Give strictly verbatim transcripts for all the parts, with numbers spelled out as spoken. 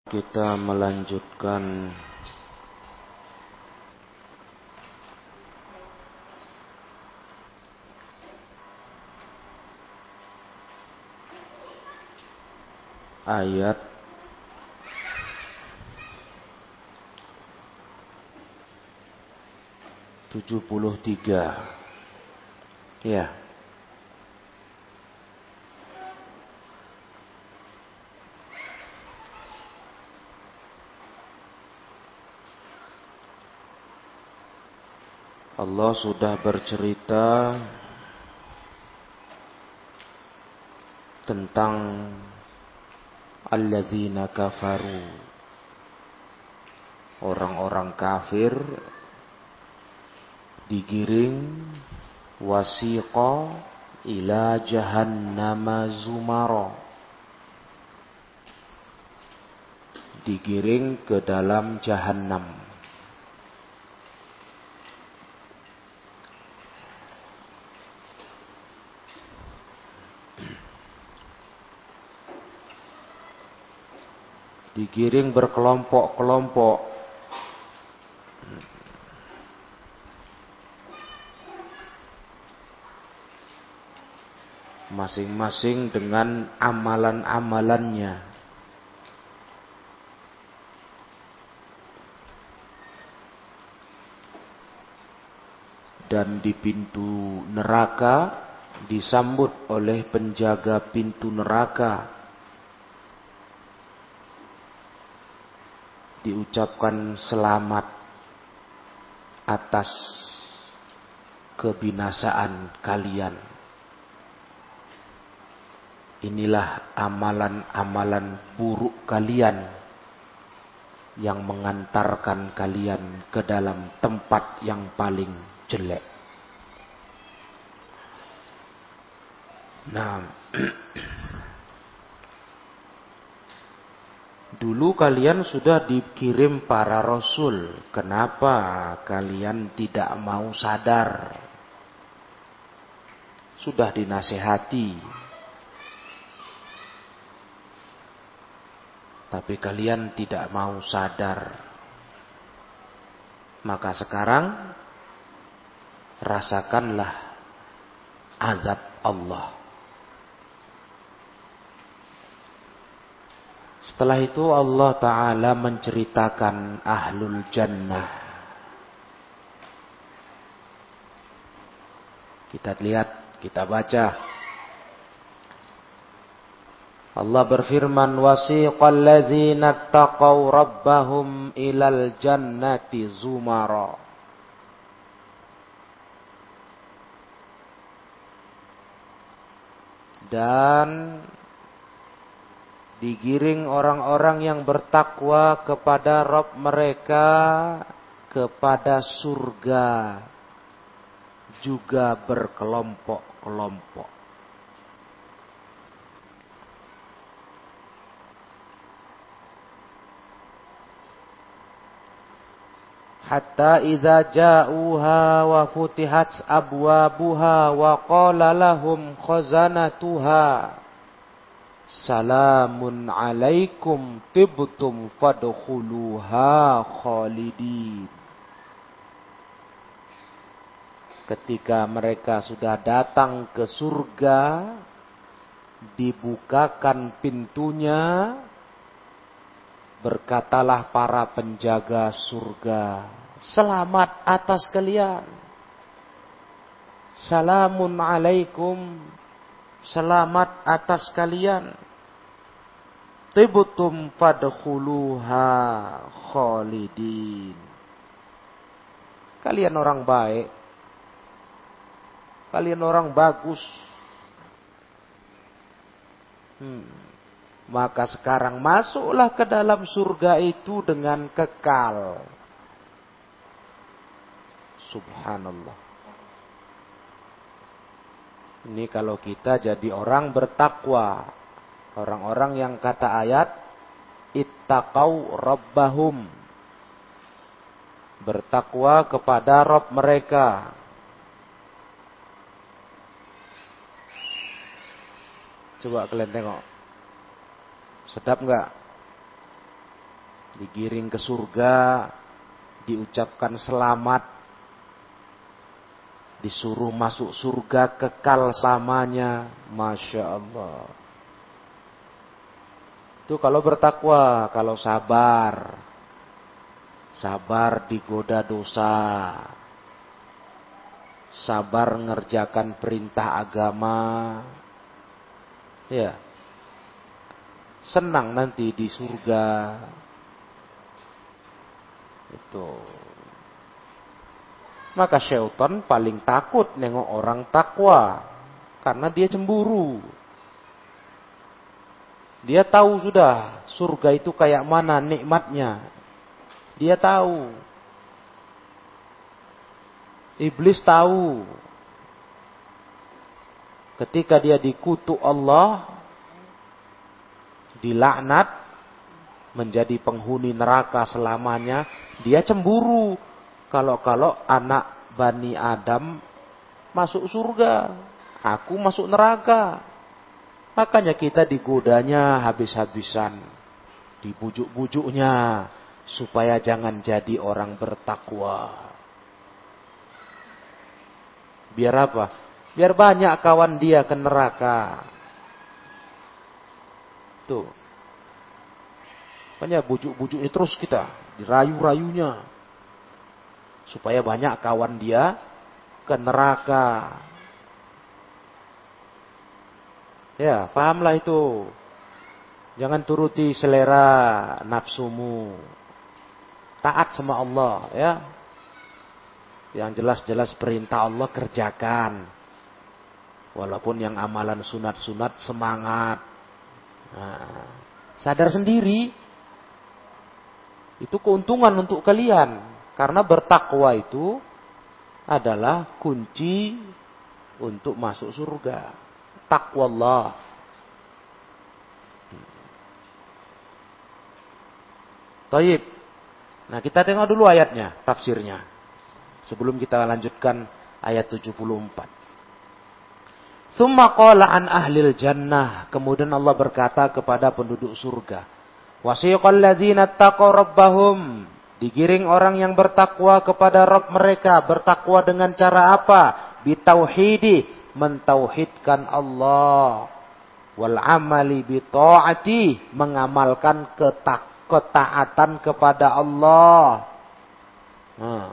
Kita melanjutkan ayat tujuh puluh tiga. Ya. Allah sudah bercerita tentang alladzina kafaru, orang-orang kafir digiring wasiqa ila jahannama zumara, digiring ke dalam jahannam. Digiring berkelompok-kelompok. Masing-masing dengan amalan-amalannya. Dan di pintu neraka disambut oleh penjaga pintu neraka. Diucapkan selamat atas kebinasaan kalian. Inilah amalan-amalan buruk kalian yang mengantarkan kalian ke dalam tempat yang paling jelek. Nah, dulu kalian sudah dikirim para rasul. Kenapa kalian tidak mau sadar? Sudah dinasehati, tapi kalian tidak mau sadar. Maka sekarang rasakanlah azab Allah. Setelah itu Allah Ta'ala menceritakan ahlul jannah. Kita lihat, kita baca. Allah berfirman, wasiqal ladzina taqaw rabbahum ilal jannati zumara. Dan digiring orang-orang yang bertakwa kepada Rabb mereka kepada surga, juga berkelompok-kelompok. Hatta idza ja'uha wa futihat abwabuha wa qala lahum khazanatuha salamun alaikum tibtum fadkhuluha khalidin. Ketika mereka sudah datang ke surga, dibukakan pintunya, berkatalah para penjaga surga, selamat atas kalian. Salamun alaikum, selamat atas kalian. Tibtum fadkhuluha khalidin. Kalian orang baik. Kalian orang bagus. Hmm. Maka sekarang masuklah ke dalam surga itu dengan kekal. Subhanallah. Ini kalau kita jadi orang bertakwa. Orang-orang yang kata ayat, ittaqau rabbahum. Bertakwa kepada Rabb mereka. Coba kalian tengok. Sedap enggak? digiring ke surga, diucapkan selamat, disuruh masuk surga kekal selamanya. Masya Allah. Itu kalau bertakwa. Kalau sabar, sabar digoda dosa, sabar ngerjakan perintah agama, ya, senang nanti di surga. Itu. Maka syaitan paling takut nengok orang takwa, karena dia cemburu. Dia tahu sudah surga itu kayak mana nikmatnya. Dia tahu. Iblis tahu. Ketika dia dikutuk Allah, dilaknat, menjadi penghuni neraka selamanya, dia cemburu. Kalau-kalau anak Bani Adam masuk surga, aku masuk neraka. Makanya kita digodanya habis-habisan, dibujuk-bujuknya supaya jangan jadi orang bertakwa. Biar apa? Biar banyak kawan dia ke neraka. Tuh. Makanya bujuk-bujuknya terus kita, dirayu-rayunya. Supaya banyak kawan dia ke neraka. Ya, pahamlah itu. Jangan turuti selera nafsumu. Taat sama Allah, ya. Yang jelas-jelas perintah Allah kerjakan. Walaupun yang amalan sunat-sunat semangat. Nah, sadar sendiri. Itu keuntungan untuk kalian. Karena bertakwa itu adalah kunci untuk masuk surga. Taqwallah. Taib. Nah, kita tengok dulu ayatnya, tafsirnya. Sebelum kita lanjutkan ayat tujuh puluh empat. Tsumma qala an ahlil jannah. Kemudian Allah berkata kepada penduduk surga. Wasiqal ladzina taqaw rabbahum. Digiring orang yang bertakwa kepada Rabb mereka. Bertakwa dengan cara apa? Bitauhidi. Mentauhidkan Allah. Wal amali bita'ati. Mengamalkan ketak, ketaatan kepada Allah. Nah.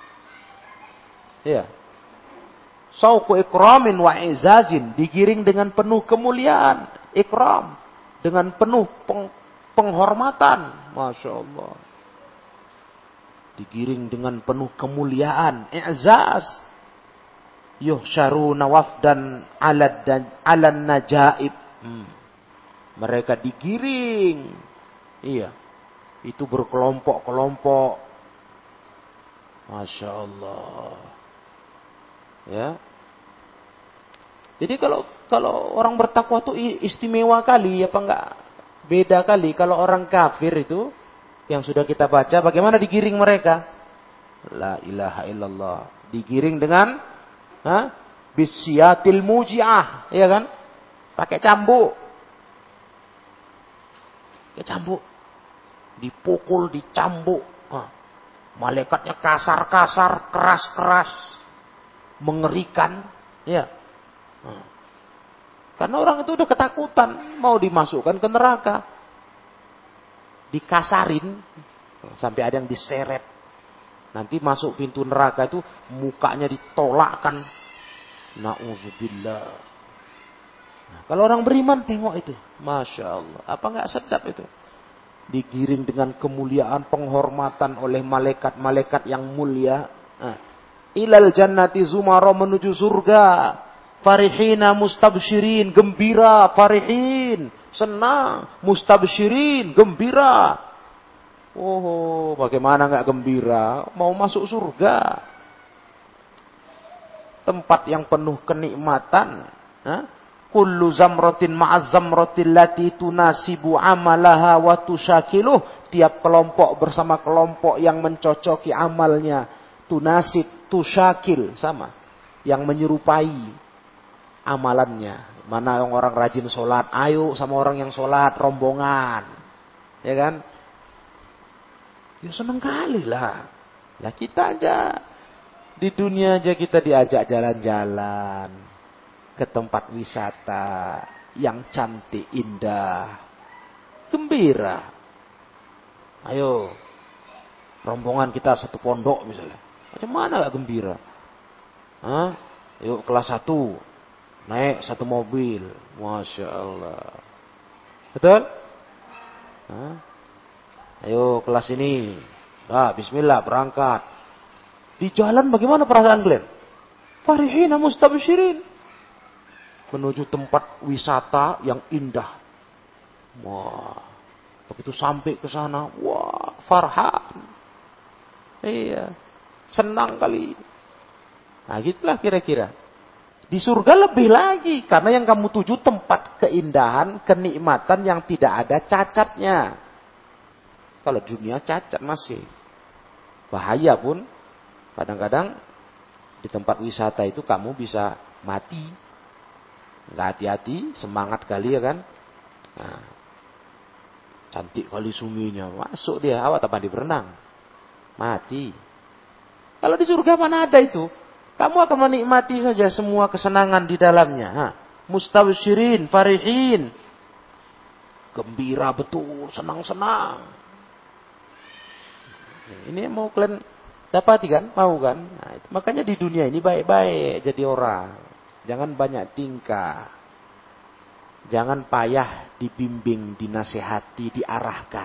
Ya. Sauku ikramin wa izazin. Digiring dengan penuh kemuliaan. Ikram. Dengan penuh peng, penghormatan. Masya Allah. Digiring dengan penuh kemuliaan, i'zaz. Yuhsyaruna wafdan alad dan alan najaib. Hmm. Mereka digiring. Iya. Itu berkelompok-kelompok. Masya Allah. Ya. Jadi kalau kalau orang bertakwa itu istimewa kali, apa enggak? Beda kali kalau orang kafir itu yang sudah kita baca, bagaimana digiring mereka? La ilaha illallah. Digiring dengan ha? Bisyatil muji'ah. Iya kan? Pakai cambuk. Pakai cambuk. Dipukul, dicambuk. Ha. Malaikatnya kasar-kasar, keras-keras. Mengerikan. Ya. Ha. Karena orang itu udah ketakutan. Mau dimasukkan ke neraka. Dikasarin sampai ada yang diseret. Nanti masuk pintu neraka itu mukanya ditolakkan. Na'udzubillah. Nah, kalau orang beriman tengok itu, masya Allah, apa nggak sedap itu? Digiring dengan kemuliaan, penghormatan oleh malaikat-malaikat yang mulia. Nah, ilal jannati zumara, menuju surga. Farihina mustabsyirin, gembira, farihin. Senang, mustabsyirin, gembira. Oh, bagaimana enggak gembira? Mau masuk surga. Tempat yang penuh kenikmatan. Ha? Kullu zamratin ma'az zamratin lati tunasibu amalaha wa tusyakiluh. Tiap kelompok bersama kelompok yang mencocoki amalnya. Tunasib, tusyakil, sama. Yang menyerupai amalannya. Mana yang orang rajin sholat, ayo sama orang yang sholat, rombongan. Ya kan? Ya senang kali lah. Lah kita aja di dunia aja kita diajak jalan-jalan ke tempat wisata yang cantik, indah, gembira. Ayo, rombongan kita satu pondok misalnya. Macam mana gak gembira? Hah? Yuk kelas satu, naik satu mobil. Masya Allah. Betul? Hah? Ayo kelas ini. Dah, bismillah berangkat. Di jalan bagaimana perasaan kalian? Farihina mustabsyirin. Menuju tempat wisata yang indah. Wah. Begitu sampai ke sana, wah, farhan. Iya. Senang kali. Nah, gitulah kira-kira. Di surga lebih lagi karena yang kamu tuju tempat keindahan, kenikmatan yang tidak ada cacatnya. Kalau dunia cacat masih. Bahaya pun. Kadang-kadang di tempat wisata itu kamu bisa mati. Nggak hati-hati, semangat kali ya kan. Nah, cantik kali suminya. Masuk dia, awak tak pandai berenang. Mati. Kalau di surga mana ada itu? Kamu akan menikmati saja semua kesenangan di dalamnya. Mustabsyirin, farihin. Gembira betul, senang-senang. Ini mau kalian dapati kan? Mau kan? Nah, itu. Makanya di dunia ini baik-baik jadi orang. Jangan banyak tingkah. Jangan payah dibimbing, dinasehati, diarahkan.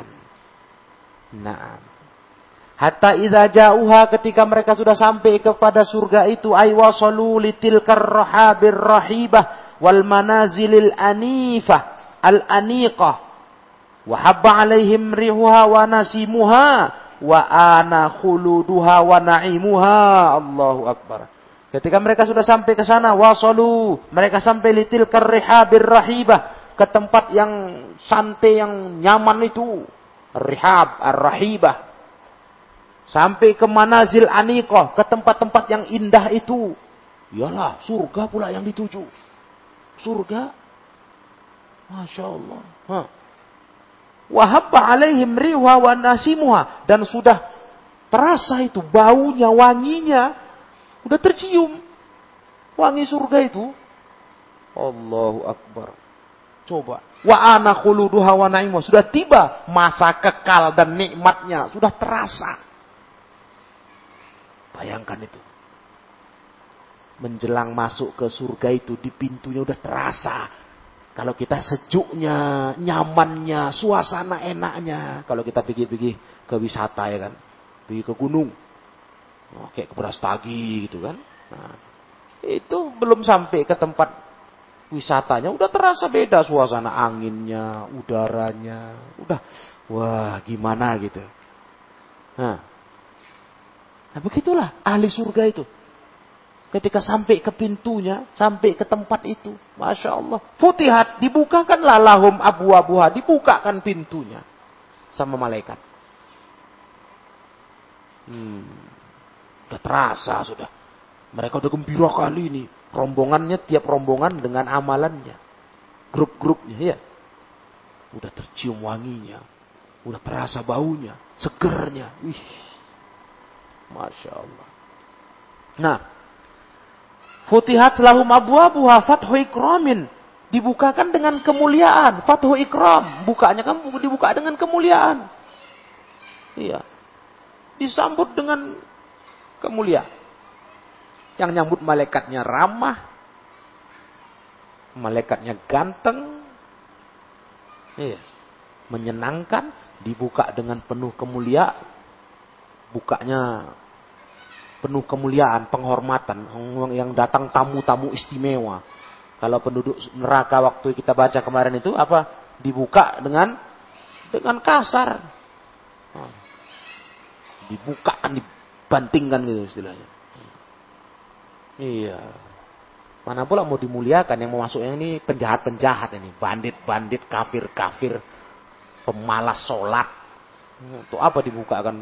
Nah. Hatta idza ja'uha, ketika mereka sudah sampai kepada surga itu, ay wasalu litilkar rahabir rahibah wal manazilil anifah al aniqah wa habba alaihim rihuha wa nasimuha wa ana khuluduha wa na'imuha. Allahu akbar. Ketika mereka sudah sampai ke sana, wasalu, mereka sampai litilkar rihabir rahibah, ke tempat yang santai, yang nyaman itu, rihab ar-rahibah. Sampai ke manazil aniqah, ke tempat-tempat yang indah itu. Iyalah, surga pula yang dituju. Surga. Masya Allah. Ha. Wahabba alaihim riwa wa nasimuha. Dan sudah terasa itu baunya, wanginya. Sudah tercium. Wangi surga itu. Allahu Akbar. Coba. Wa ana khuluduha wa na'imuha. Sudah tiba masa kekal dan nikmatnya. Sudah terasa. Bayangkan itu. Menjelang masuk ke surga itu, di pintunya udah terasa. Kalau kita sejuknya, nyamannya, suasana enaknya. Kalau kita pergi-pergi ke wisata ya kan. Pergi ke gunung. Oh, kayak ke Brastagi gitu kan. Nah, itu belum sampai ke tempat wisatanya. Udah terasa beda suasana anginnya, udaranya. Udah, wah gimana gitu. Nah. Nah begitulah ahli surga itu. Ketika sampai ke pintunya, sampai ke tempat itu. Masya Allah. Futihat, dibukakanlah lahum abwabuha, dibukakan pintunya. Sama malaikat. Hmm, udah terasa sudah. Mereka udah gembira kali ini. Rombongannya, tiap rombongan dengan amalannya. Grup-grupnya ya. Udah tercium wanginya. Udah terasa baunya. Segernya. Wih. Masya Allah. Nah. Futihat lahum abwabuha fathu ikramin. Dibukakan dengan kemuliaan. Fathu ikram. Bukanya kan dibuka dengan kemuliaan. Iya. Disambut dengan kemuliaan. Yang nyambut malaikatnya ramah. Malaikatnya ganteng. Iya. Menyenangkan. Dibuka dengan penuh kemuliaan. Bukanya penuh kemuliaan, penghormatan. Yang datang tamu-tamu istimewa. Kalau penduduk neraka waktu kita baca kemarin itu apa? Dibuka dengan dengan kasar. Dibukakan, dibantingkan gitu istilahnya. Iya. Mana pula mau dimuliakan, yang mau masuknya ini penjahat-penjahat ini, bandit-bandit, kafir-kafir, pemalas sholat. Untuk apa dibukakan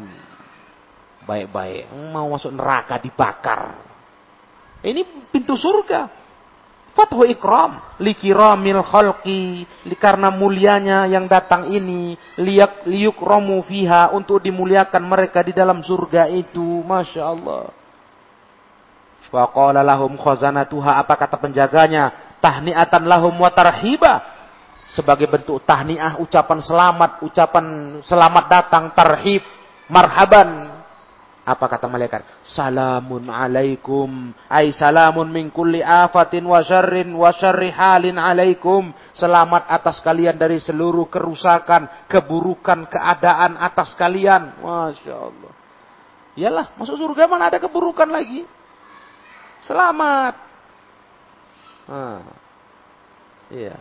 baik-baik? Mau masuk neraka dibakar. Ini pintu surga. Fathu ikram likiramil khalqi, karena mulianya yang datang ini, liyak liyukramu fiha, untuk dimuliakan mereka di dalam surga itu. Masya Allah. Faqala lahum khazanatuha, apa kata penjaganya? Tahni'atan lahum wa tarhiba, sebagai bentuk tahniah, ucapan selamat, ucapan selamat datang, tarhib, marhaban. Apa kata malaikat? Salamun alaikum, ay salamun min kulli afatin wa syarrin wa syarri halin alaikum. Selamat atas kalian dari seluruh kerusakan, keburukan, keadaan atas kalian. Masya Allah. Iyalah, masuk surga mana ada keburukan lagi. Selamat. Nah, iya.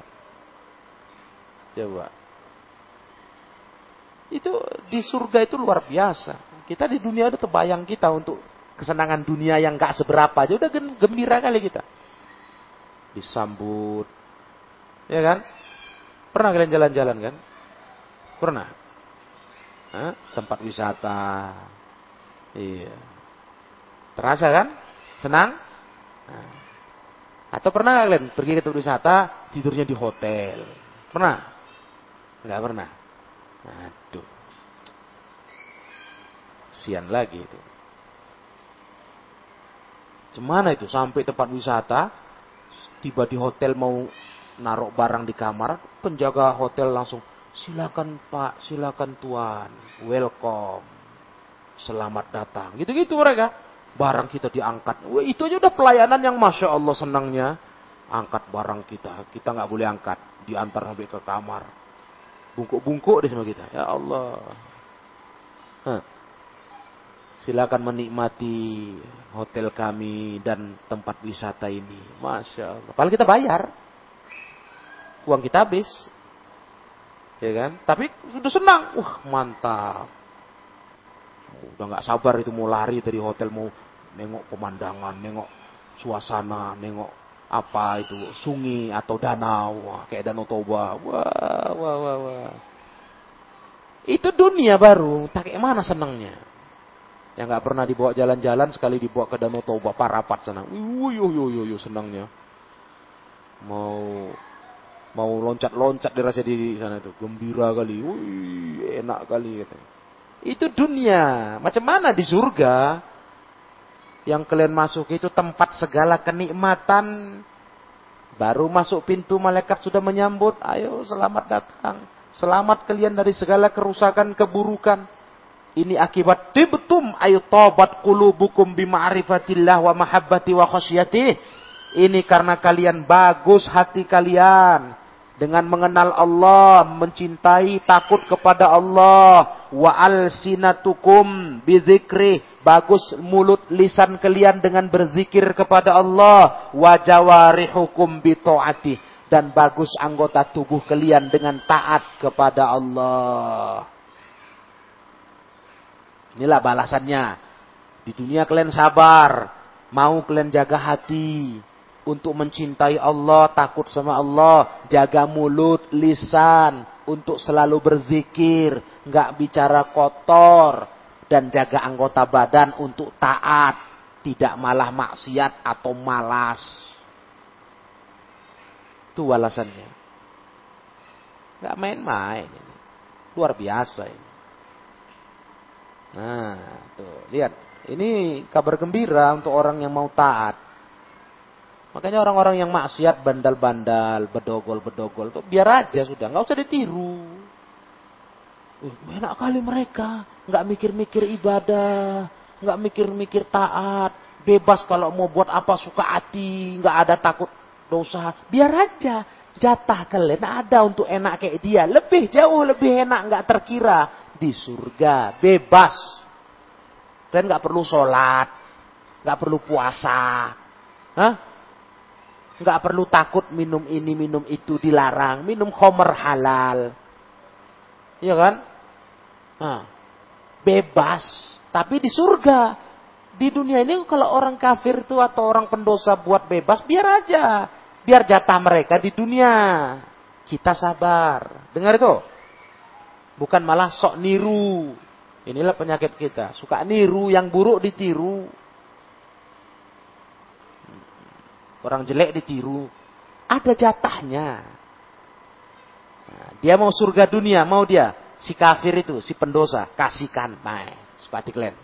Coba. Itu di surga itu luar biasa. Kita di dunia udah terbayang kita untuk kesenangan dunia yang gak seberapa aja udah gembira kali kita. Disambut. Ya kan? Pernah kalian jalan-jalan kan? Pernah? Hah? Tempat wisata. Iya. Terasa kan? Senang? Nah. Atau pernah gak kalian pergi ke tempat wisata, tidurnya di hotel? Pernah? Enggak pernah. Aduh. Sian lagi itu. Gimana itu sampai tempat wisata, tiba di hotel mau naruh barang di kamar, penjaga hotel langsung, silakan Pak, silakan Tuan, welcome, selamat datang. Gitu-gitu mereka. Barang kita diangkat. Wah, itu aja udah pelayanan yang Masya Allah senangnya. Angkat barang kita, kita nggak boleh angkat, diantar sampai ke kamar. Bungkuk-bungkuk di sama kita. Ya Allah. Hah. Silakan menikmati hotel kami dan tempat wisata ini. Masya Allah. Padahal kita bayar. Uang kita habis. Ya kan? Tapi sudah senang. Wah, mantap. Udah gak sabar itu mau lari dari hotel. Mau nengok pemandangan, nengok suasana, nengok apa itu, sungai atau danau. Wah, kayak Danau Toba. Wah, wah, wah, wah. Itu dunia baru. Tak kayak mana senangnya. Yang gak pernah dibawa jalan-jalan, sekali dibawa ke Danau Toba, Parapat sana. Wuyuh, yuh, yuh, yuh, senangnya. Mau mau loncat-loncat dirasa di sana itu. Gembira kali. Wih, enak kali. Gitu. Itu dunia. Macam mana di surga? Yang kalian masuk itu tempat segala kenikmatan. Baru masuk pintu, malaikat sudah menyambut. Ayo, selamat datang. Selamat kalian dari segala kerusakan, keburukan. Ini akibat tibtum ayu tobat qulubukum bima'rifatillah wa mahabbati wa khasyatih. Ini karena kalian bagus hati kalian dengan mengenal Allah, mencintai, takut kepada Allah. Wa alsinatukum bidzikri, bagus mulut lisan kalian dengan berzikir kepada Allah. Wa jawarihukum bitaati, dan bagus anggota tubuh kalian dengan taat kepada Allah. Inilah balasannya. Di dunia kalian sabar. Mau kalian jaga hati. Untuk mencintai Allah. Takut sama Allah. Jaga mulut, lisan. Untuk selalu berzikir. Enggak bicara kotor. Dan jaga anggota badan untuk taat. Tidak malah maksiat atau malas. Itu balasannya. Enggak main-main. Luar biasa ini. Nah, tuh, lihat. Ini kabar gembira untuk orang yang mau taat. Makanya orang-orang yang maksiat, bandal-bandal, bedogol-bedogol, tuh biar aja sudah, nggak usah ditiru. Uh, enak kali mereka, nggak mikir-mikir ibadah, nggak mikir-mikir taat, bebas kalau mau buat apa suka hati, nggak ada takut dosa. Biar aja, jatah kalian ada untuk enak kayak dia, lebih jauh lebih enak, nggak terkira. Di surga, bebas. Dan gak perlu sholat. Gak perlu puasa. Hah? Gak perlu takut minum ini, minum itu dilarang. Minum khamr halal. Iya kan? Nah, bebas. Tapi di surga. Di dunia ini kalau orang kafir itu atau orang pendosa buat bebas, biar aja. Biar jatah mereka di dunia. Kita sabar. Dengar itu? Bukan malah sok niru. Inilah penyakit kita. Suka niru, yang buruk ditiru. Orang jelek ditiru. Ada jatahnya. Nah, dia mau surga dunia, mau dia. Si kafir itu, si pendosa, kasihkan. Nah, sepati kalian.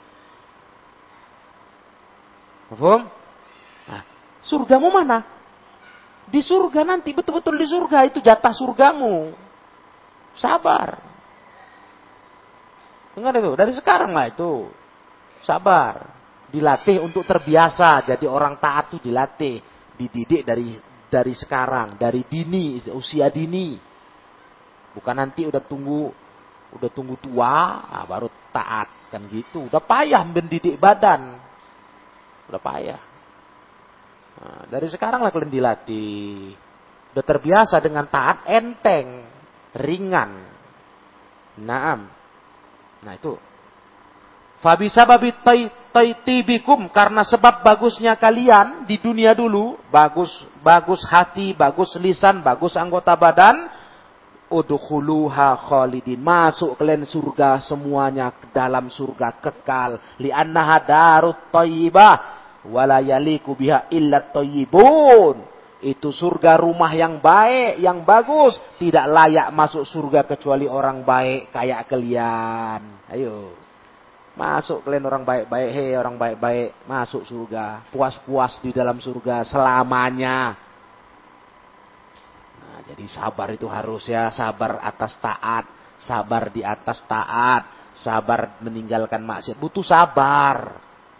Paham? Nah, surgamu mana? Di surga nanti, betul-betul di surga. Itu jatah surgamu. Sabar. Dengar itu, dari sekarang lah itu. Sabar. Dilatih untuk terbiasa. Jadi orang taat itu dilatih. Dididik dari dari sekarang. Dari dini, usia dini. Bukan nanti udah tunggu udah tunggu tua, nah baru taat. Kan gitu. Udah payah mendidik badan. Udah payah. Nah, dari sekarang lah kalian dilatih. Udah terbiasa dengan taat, enteng. Ringan. Naam. Nah itu. Fabisababi taitibikum, karena sebab bagusnya kalian di dunia dulu, bagus bagus hati, bagus lisan, bagus anggota badan, udkhuluha khalidin, masuk kalian surga semuanya, dalam surga kekal, li'annaha darut thayyibah wala yaliku biha illa thayyibun. Itu surga rumah yang baik, yang bagus, tidak layak masuk surga kecuali orang baik kayak kalian. Ayo. Masuk kalian orang baik-baik, hei orang baik-baik, masuk surga. Puas-puas di dalam surga selamanya. Nah, jadi sabar itu harus ya, sabar atas taat, sabar di atas taat, sabar meninggalkan maksiat. Butuh sabar.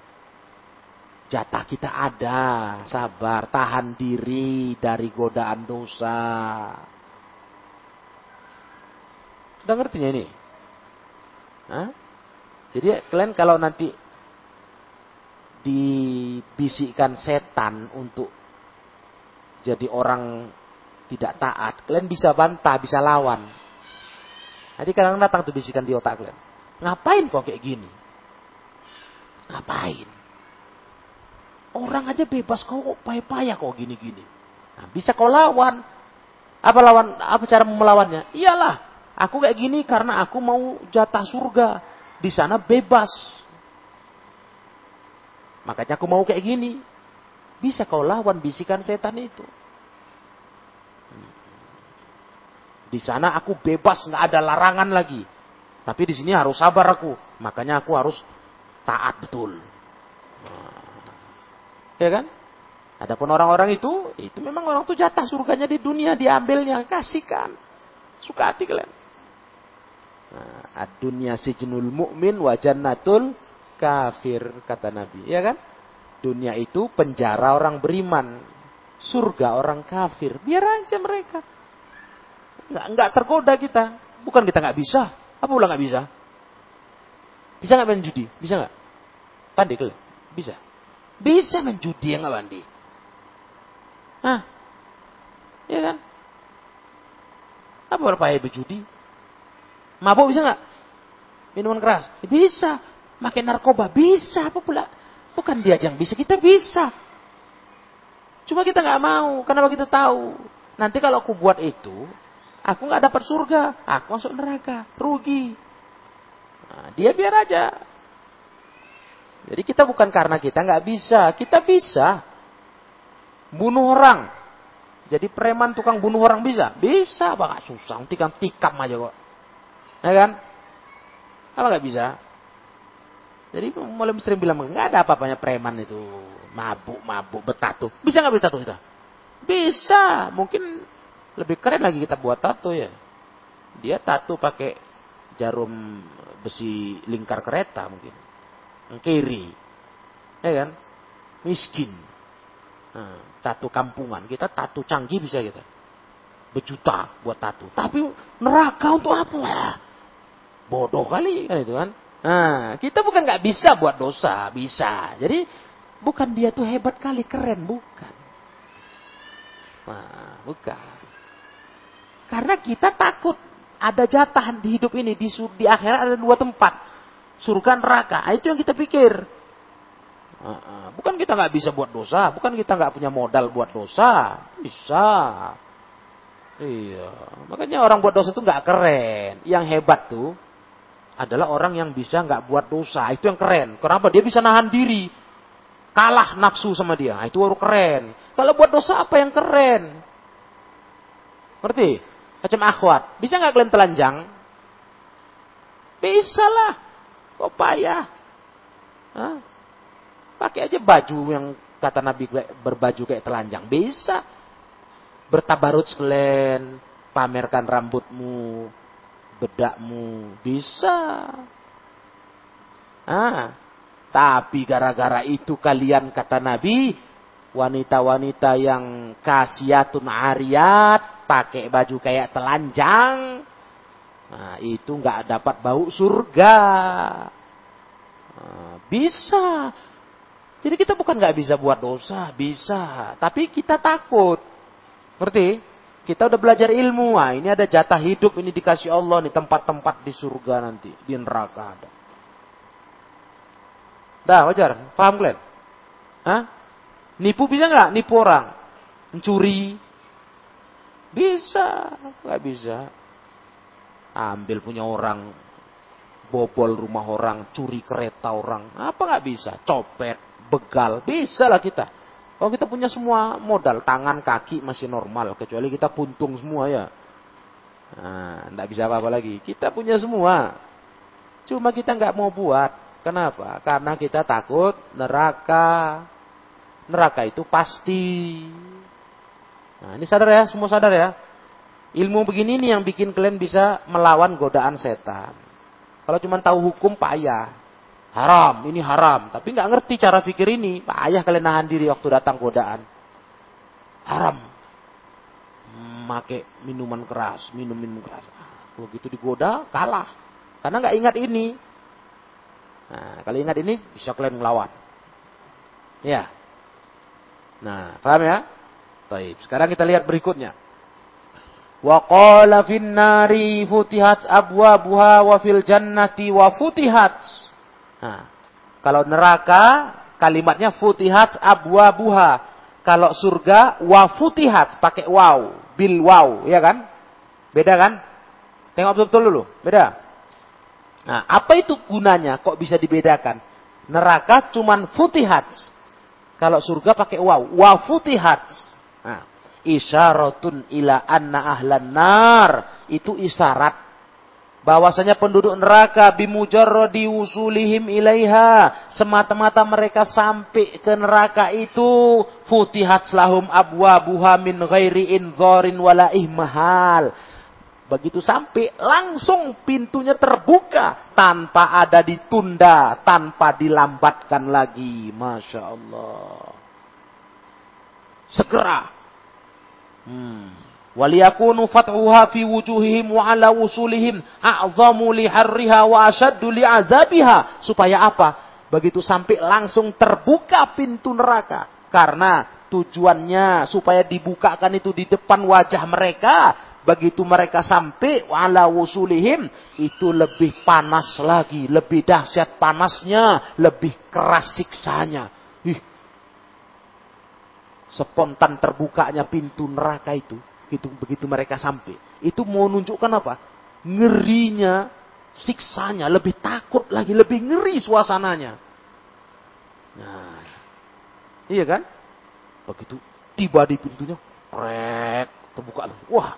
Jatah kita ada, sabar, tahan diri dari godaan dosa. Sudah ngertinya ini? Hah? Jadi kalian kalau nanti dibisikkan setan untuk jadi orang tidak taat, kalian bisa bantah, bisa lawan. Nanti kadang datang tuh bisikan di otak kalian. Ngapain kok kayak gini? Ngapain? Orang aja bebas, kau kok payah-payah kok gini-gini. Nah, bisa kau lawan. Apa lawan? Apa cara melawannya? Iyalah, aku kayak gini karena aku mau jatah surga. Di sana bebas. Makanya aku mau kayak gini. Bisa kau lawan bisikan setan itu. Di sana aku bebas, nggak ada larangan lagi. Tapi di sini harus sabar aku. Makanya aku harus taat betul. Ya kan? Adapun orang-orang itu, itu memang orang itu jatah surganya di dunia, diambilnya, kasihkan. Suka hati kalian. Nah, ad-dunya sijnul mu'min wa jannatul kafir, kata Nabi. Ya kan? Dunia itu penjara orang beriman. Surga orang kafir. Biar aja mereka. Nggak, nggak tergoda kita. Bukan kita nggak bisa. Apa pula nggak bisa? Bisa nggak main judi? Bisa nggak? Pandai kalian? Bisa. Bisa main judi yang nggak pandai. Hah? Ya kan? Apa berpahaya berjudi? Mabuk bisa nggak? Minuman keras? Bisa. Makin narkoba? Bisa. Apa pula? Bukan dia yang bisa, kita bisa. Cuma kita nggak mau. Kenapa kita tahu? Nanti kalau aku buat itu, aku nggak dapat surga. Aku masuk neraka. Rugi. Nah, dia biar aja. Jadi kita bukan karena kita nggak bisa. Kita bisa. Bunuh orang. Jadi preman tukang bunuh orang bisa? Bisa. Apa nggak susah? Tikam-tikam aja kok. Ya kan? Apa nggak bisa? Jadi mulai sering bilang nggak ada apa-apanya preman itu, mabuk-mabuk, bertato. Bisa nggak bertato kita? Bisa. Mungkin lebih keren lagi kita buat tato ya. Dia tato pakai jarum besi lingkar kereta mungkin, kiri, ya kan? Miskin. Nah, tato kampungan, kita tato canggih bisa kita. Berjuta buat tato. Tapi neraka untuk apa? Bodoh kali kan itu kan. Nah, kita bukan nggak bisa buat dosa, bisa. Jadi bukan dia tuh hebat kali, keren, bukan. Nah, bukan. Karena kita takut ada jatah di hidup ini, di, di akhirat ada dua tempat, surga neraka. Nah, itu yang kita pikir. Nah, bukan kita nggak bisa buat dosa, bukan kita nggak punya modal buat dosa, bisa. Iya, makanya orang buat dosa itu nggak keren. Yang hebat tuh adalah orang yang bisa nggak buat dosa. Itu yang keren. Kenapa? Dia bisa nahan diri. Kalah nafsu sama dia. Nah, itu baru keren. Kalau buat dosa apa yang keren? Ngerti? Macam akhwat. Bisa nggak kalian telanjang? Bisa lah. Kok payah? Hah? Pakai aja baju yang kata Nabi berbaju kayak telanjang. Bisa. Bertabarut sekalian. Pamerkan rambutmu. Bedakmu. Bisa. Ah. Tapi gara-gara itu kalian kata Nabi. Wanita-wanita yang kasiyatun ariyat. Pakai baju kayak telanjang. Nah, itu nggak dapat bau surga. Nah, bisa. Jadi kita bukan nggak bisa buat dosa, bisa. Tapi kita takut. Ngerti? Kita udah belajar ilmu. Nah, ini ada jatah hidup ini dikasih Allah nih, tempat-tempat di surga nanti, di neraka ada. Dah wajar, paham kalian? Hah? Nipu bisa nggak? Nipu orang, mencuri, bisa, nggak bisa. Ambil punya orang, bobol rumah orang, curi kereta orang, apa nggak bisa? Copet, begal, bisa lah kita. Kalau kita punya semua modal, tangan, kaki masih normal, kecuali kita puntung semua ya. Nah, nggak bisa apa-apa lagi. Kita punya semua, cuma kita nggak mau buat. Kenapa? Karena kita takut neraka. Neraka itu pasti. Nah, ini sadar ya, semua sadar ya. Ilmu begini nih yang bikin kalian bisa melawan godaan setan. Kalau cuma tahu hukum payah. Haram, ini haram. Tapi nggak ngerti cara pikir ini. Payah kalian nahan diri waktu datang godaan. Haram. Make minuman keras, minum-minum keras. Kalau gitu digoda, kalah. Karena nggak ingat ini. Nah, kalau ingat ini bisa kalian melawan. Ya. Nah, paham ya? Baik. Sekarang kita lihat berikutnya. Wa qala fin nari futihat abwabuha wa fil jannati wa futihat. Nah, kalau neraka kalimatnya futihat abwabuha. Kalau surga wa futihat pakai waw, bil waw, ya kan? Beda kan? Tengok betul-betul dulu, beda. Nah, apa itu gunanya? Kok bisa dibedakan? Neraka cuman futihat. Kalau surga pakai waw, wa futihat. Nah, isyaratun ila anna ahlan nar, itu isyarat bahwasanya penduduk neraka bimujarradi usulihim ilaiha, semata-mata mereka sampai ke neraka itu futihat lahum abwabuha min ghairi inzarin wala ihmahal. Begitu sampai langsung pintunya terbuka tanpa ada ditunda, tanpa dilambatkan lagi. Masya Allah. Segera. Hmm. Waliyakunu fathuha fi wujuhihim wa ala usulihim a'zamu li harriha wa ashaddu li azabiha. Supaya apa? Begitu sampai langsung terbuka pintu neraka. Karena tujuannya supaya dibukakan itu di depan wajah mereka. Begitu mereka sampai wa ala usulihim, itu lebih panas lagi, lebih dahsyat panasnya, lebih keras siksanya. Ih. Spontan terbukanya pintu neraka itu. Itu begitu mereka sampai, itu mau nunjukkan apa? Ngerinya, siksanya, lebih takut lagi, lebih ngeri suasananya. Nah, iya kan? Begitu tiba di pintunya, rek, terbuka lagi. Wah,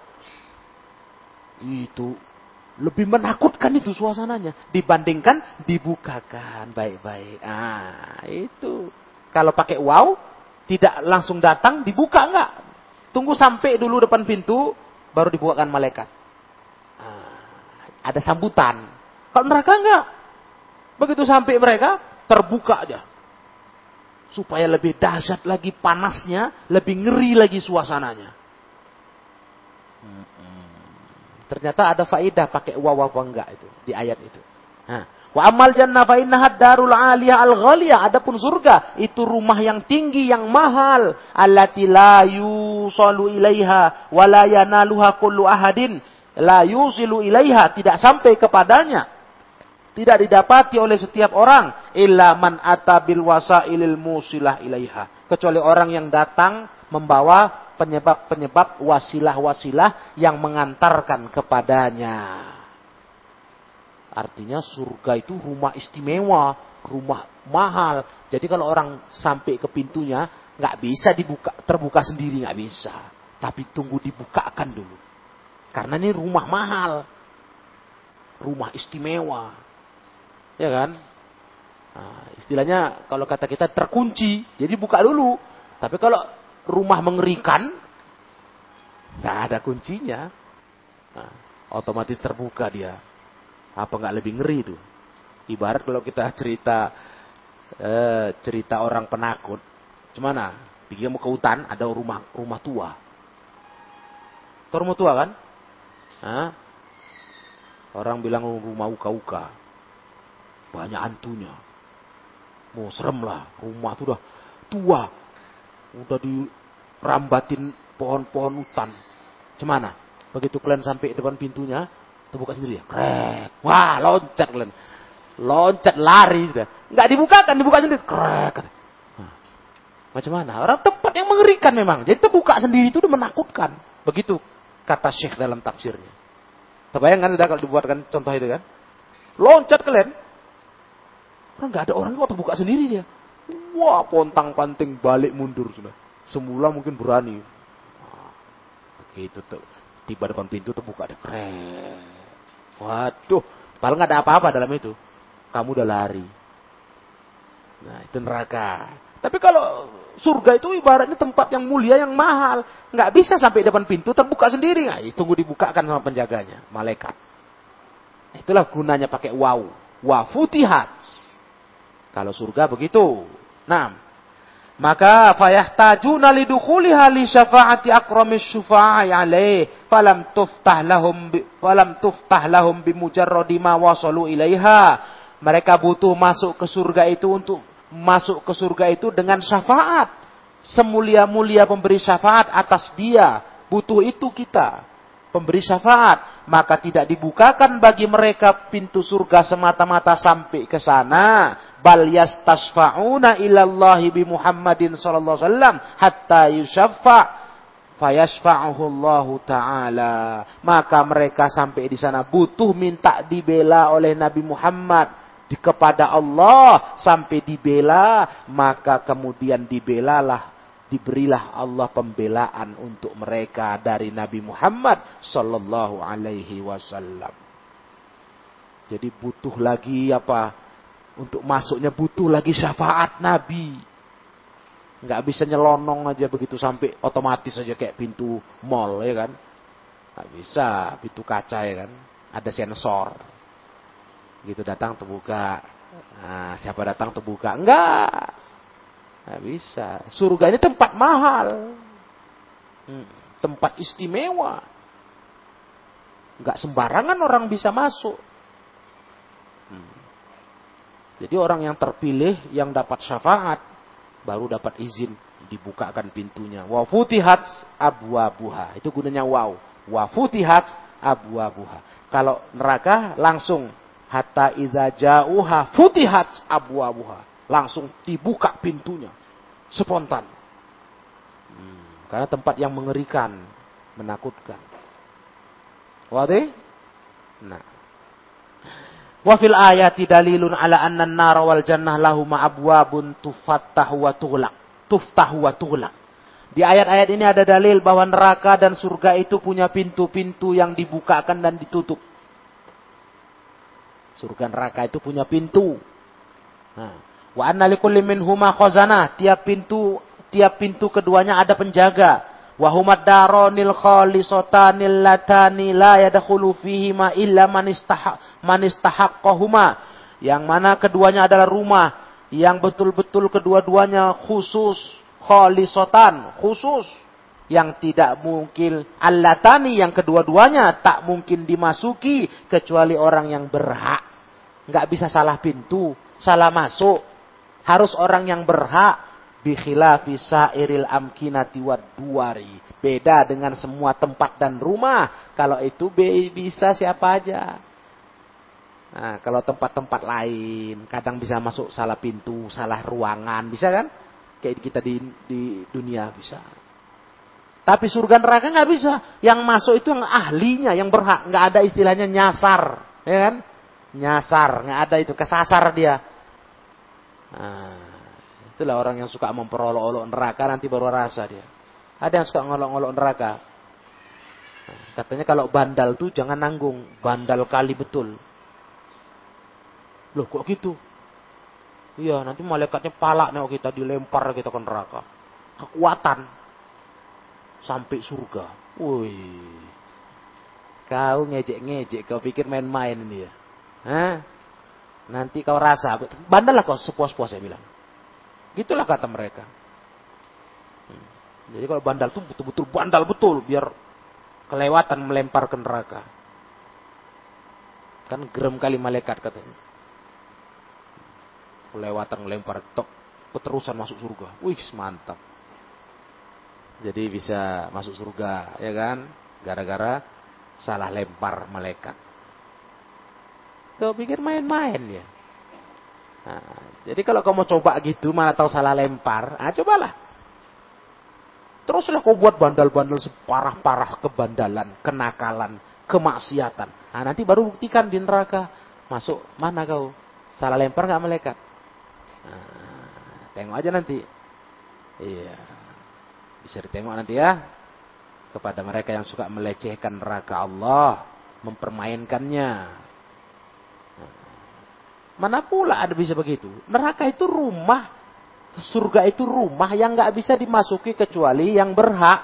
itu lebih menakutkan itu suasananya dibandingkan dibukakan baik-baik. Ah, itu kalau pakai wow, tidak langsung datang, dibuka enggak? Tunggu sampai dulu depan pintu, baru dibukakan malaikat. Ah, ada sambutan. Kalau neraka enggak. Begitu sampai mereka, terbuka aja. Supaya lebih dahsyat lagi panasnya, lebih ngeri lagi suasananya. Hmm, hmm. Ternyata ada faedah pakai waw apa enggak itu di ayat itu. Nah, wa amal jannah fa innaha darul aliyah al ghaliyah. Adapun surga itu rumah yang tinggi yang mahal, allati la yusalu ilaiha wa la yanaluha kullu ahadin, la yusilu ilaiha, tidak sampai kepadanya, tidak didapati oleh setiap orang, illa man atabil wasailil musilah ilaiha, kecuali orang yang datang membawa penyebab-penyebab wasilah-wasilah yang mengantarkan kepadanya. Artinya surga itu rumah istimewa, rumah mahal. Jadi kalau orang sampai ke pintunya, nggak bisa dibuka, terbuka sendiri nggak bisa. Tapi tunggu dibukakan dulu. Karena ini rumah mahal. Rumah istimewa. Ya kan? Nah, istilahnya kalau kata kita terkunci. Jadi buka dulu. Tapi kalau rumah mengerikan, nggak ada kuncinya. Nah, otomatis terbuka dia. Apa nggak lebih ngeri itu? Ibarat kalau kita cerita eh, cerita orang penakut. Gimana? Dia mau ke hutan, ada rumah rumah tua. Itu rumah tua kan? Hah? Orang bilang rumah uka-uka. Banyak hantunya. Mau serem lah. Rumah itu udah tua. Udah dirambatin pohon-pohon hutan. Gimana? Begitu kalian sampai depan pintunya, terbuka sendiri ya. Krek. Wah, loncat kalian. Loncat lari sudah. Enggak dibukakan, dibuka sendiri. Krek. Nah, macam mana? Orang tempat yang mengerikan memang. Jadi terbuka sendiri itu udah menakutkan. Begitu kata Syekh dalam tafsirnya. Terbayangkan sudah kalau dibuatkan contoh itu kan? Loncat kalian. Orang nggak ada orang kok terbuka sendiri dia. Wah, pontang-panting balik mundur sudah. Semula mungkin berani. Wah, begitu tuh. Tiba depan pintu terbuka ada keren. Waduh, padahal nggak ada apa-apa dalam itu. Kamu udah lari. Nah, itu neraka. Tapi kalau surga itu ibaratnya tempat yang mulia, yang mahal. Nggak bisa sampai depan pintu terbuka sendiri. Nah, tunggu dibukakan sama penjaganya, malaikat. Itulah gunanya pakai waw. Wa futihat. Kalau surga begitu. Nah, maka fayahtajuna lidukhuliha li syafaati akramis syufa'i alaih falam tuftah lahum falam tuftah lahum bimujarradi ma wasalu ilaiha. Mereka butuh masuk ke surga itu untuk masuk ke surga itu dengan syafaat. Semulia-mulia pemberi syafaat atas dia. Butuh itu kita. Pemberi syafaat. Maka tidak dibukakan bagi mereka pintu surga semata-mata sampai ke sana. Bal yastasfa'una ilallahi bi Muhammadin sallallahu alaihi wasallam hatta yushaffa' fayashfa'uhu Allah Ta'ala. Maka mereka sampai di sana butuh minta dibela oleh Nabi Muhammad di, kepada Allah sampai dibela, maka kemudian dibelalah, diberilah Allah pembelaan untuk mereka dari Nabi Muhammad sallallahu alaihi wasallam. Jadi butuh lagi apa? Untuk masuknya butuh lagi syafaat Nabi. Nggak bisa nyelonong aja begitu sampai otomatis aja kayak pintu mall ya kan. Nggak bisa, pintu kaca ya kan. Ada sensor. Gitu datang terbuka. Nah, siapa datang terbuka? Enggak. Nggak bisa. Surga ini tempat mahal. Hmm, tempat istimewa. Nggak sembarangan orang bisa masuk. Hmm. Jadi orang yang terpilih, yang dapat syafaat, baru dapat izin dibukakan pintunya. Wa futihat abwabuha. Itu gunanya waw. Wa futihat abwabuha. Kalau neraka langsung hatta idza ja'uha futihat abwabuha. Langsung dibuka pintunya. Spontan. Hmm, karena tempat yang mengerikan, menakutkan. Wadih? Nah. Wa fil ayati dalilun ala anna an-nar wal jannah lahuma abwabun tufattahu wa tughlaq. Tuftahu wa tughlaq. Di ayat-ayat ini ada dalil bahwa neraka dan surga itu punya pintu-pintu yang dibukakan dan ditutup. Surga neraka itu punya pintu. Nah, wa anna likulli minhuma khazanah. Tiap pintu, tiap pintu keduanya ada penjaga. Wa humad daronil khalisatanil latani la yadkhulu fihima illa man istahaq man istahaqqahuma. Yang mana keduanya adalah rumah yang betul-betul kedua-duanya khusus, khalisatan, khusus, yang tidak mungkin allatani, yang kedua-duanya tak mungkin dimasuki kecuali orang yang berhak. Enggak bisa salah pintu, salah masuk. Harus orang yang berhak. Bi khilafi sairil amkinati wad duwari. Beda dengan semua tempat dan rumah. Kalau itu bisa siapa aja. Nah, kalau tempat-tempat lain kadang bisa masuk salah pintu, salah ruangan, bisa kan? Kayak kita di di dunia bisa. Tapi surga neraka nggak bisa. Yang masuk itu yang ahlinya, yang berhak. Nggak ada istilahnya nyasar, ya kan? Nyasar, nggak ada itu, kesasar dia. Nah, itulah orang yang suka memperolok-olok neraka nanti baru rasa dia. Ada yang suka ngolok-ngolok neraka. Katanya kalau bandal tuh jangan nanggung. Bandal kali betul. Loh kok gitu? Iya, nanti malaikatnya palak nih kita dilempar kita ke neraka. Kekuatan sampai surga. Woi. Kau ngejek-ngejek, kau pikir main-main ini ya. Hah? Nanti kau rasa, bandel lah kau sepuas-puasnya bilang. Gitulah kata mereka. Hmm. Jadi kalau bandal tuh betul-betul bandal betul, biar kelewatan melempar ke neraka. Kan gerem kali malaikat katanya. Kelewatan melempar, tok, keterusan masuk surga. Wih, mantap. Jadi bisa masuk surga, ya kan? Gara-gara salah lempar malaikat. Kau pikir main-main ya? Nah, jadi kalau kau mau coba gitu, mana tahu salah lempar, ah cobalah. Teruslah kau buat bandal-bandal separah-parah kebandalan, kenakalan, kemaksiatan. Nah, nanti baru buktikan di neraka. Masuk mana kau? Salah lempar nggak malaikat? Nah, tengok aja nanti. Iya. Bisa ditengok nanti ya. Kepada mereka yang suka melecehkan neraka Allah. Mempermainkannya. Mana pula ada bisa begitu. Neraka itu rumah. Surga itu rumah yang gak bisa dimasuki kecuali yang berhak.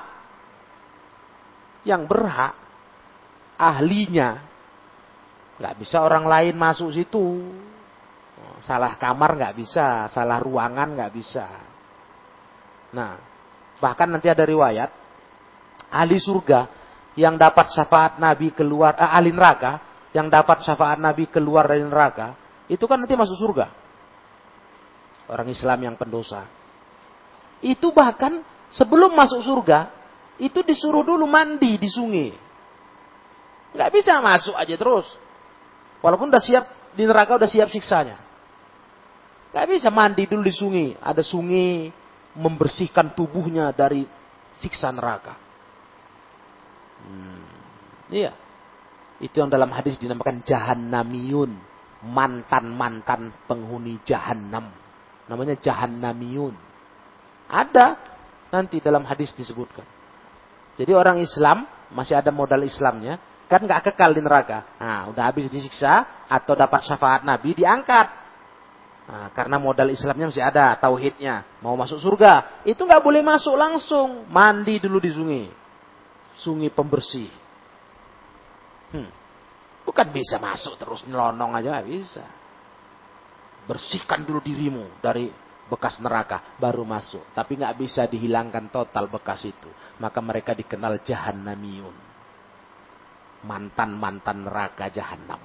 Yang berhak. Ahlinya. Gak bisa orang lain masuk situ. Salah kamar gak bisa. Salah ruangan gak bisa. Nah. Bahkan nanti ada riwayat. Ahli surga. Yang dapat syafaat Nabi keluar. Eh, ahli neraka. Yang dapat syafaat Nabi keluar dari neraka. Itu kan nanti masuk surga. Orang Islam yang pendosa. Itu bahkan sebelum masuk surga. Itu disuruh dulu mandi di sungai. Gak bisa masuk aja terus. Walaupun udah siap. Di neraka udah siap siksanya. Gak bisa mandi dulu di sungai. Ada sungai membersihkan tubuhnya dari siksa neraka. Hmm, iya. Itu yang dalam hadis dinamakan jahannamiyun. Mantan-mantan penghuni jahannam. Namanya jahannamiyun. Ada. Nanti dalam hadis disebutkan. Jadi orang Islam. Masih ada modal Islamnya. Kan gak kekal di neraka. Nah, udah habis disiksa. Atau dapat syafaat Nabi. Diangkat. Nah, karena modal Islamnya masih ada, tauhidnya, mau masuk surga, itu nggak boleh masuk langsung, mandi dulu di sungai, sungai pembersih. Hmm. Bukan bisa masuk terus nyelonong aja, nggak bisa. Bersihkan dulu dirimu dari bekas neraka, baru masuk. Tapi nggak bisa dihilangkan total bekas itu. Maka mereka dikenal jahannamiyun, mantan-mantan neraka jahannam.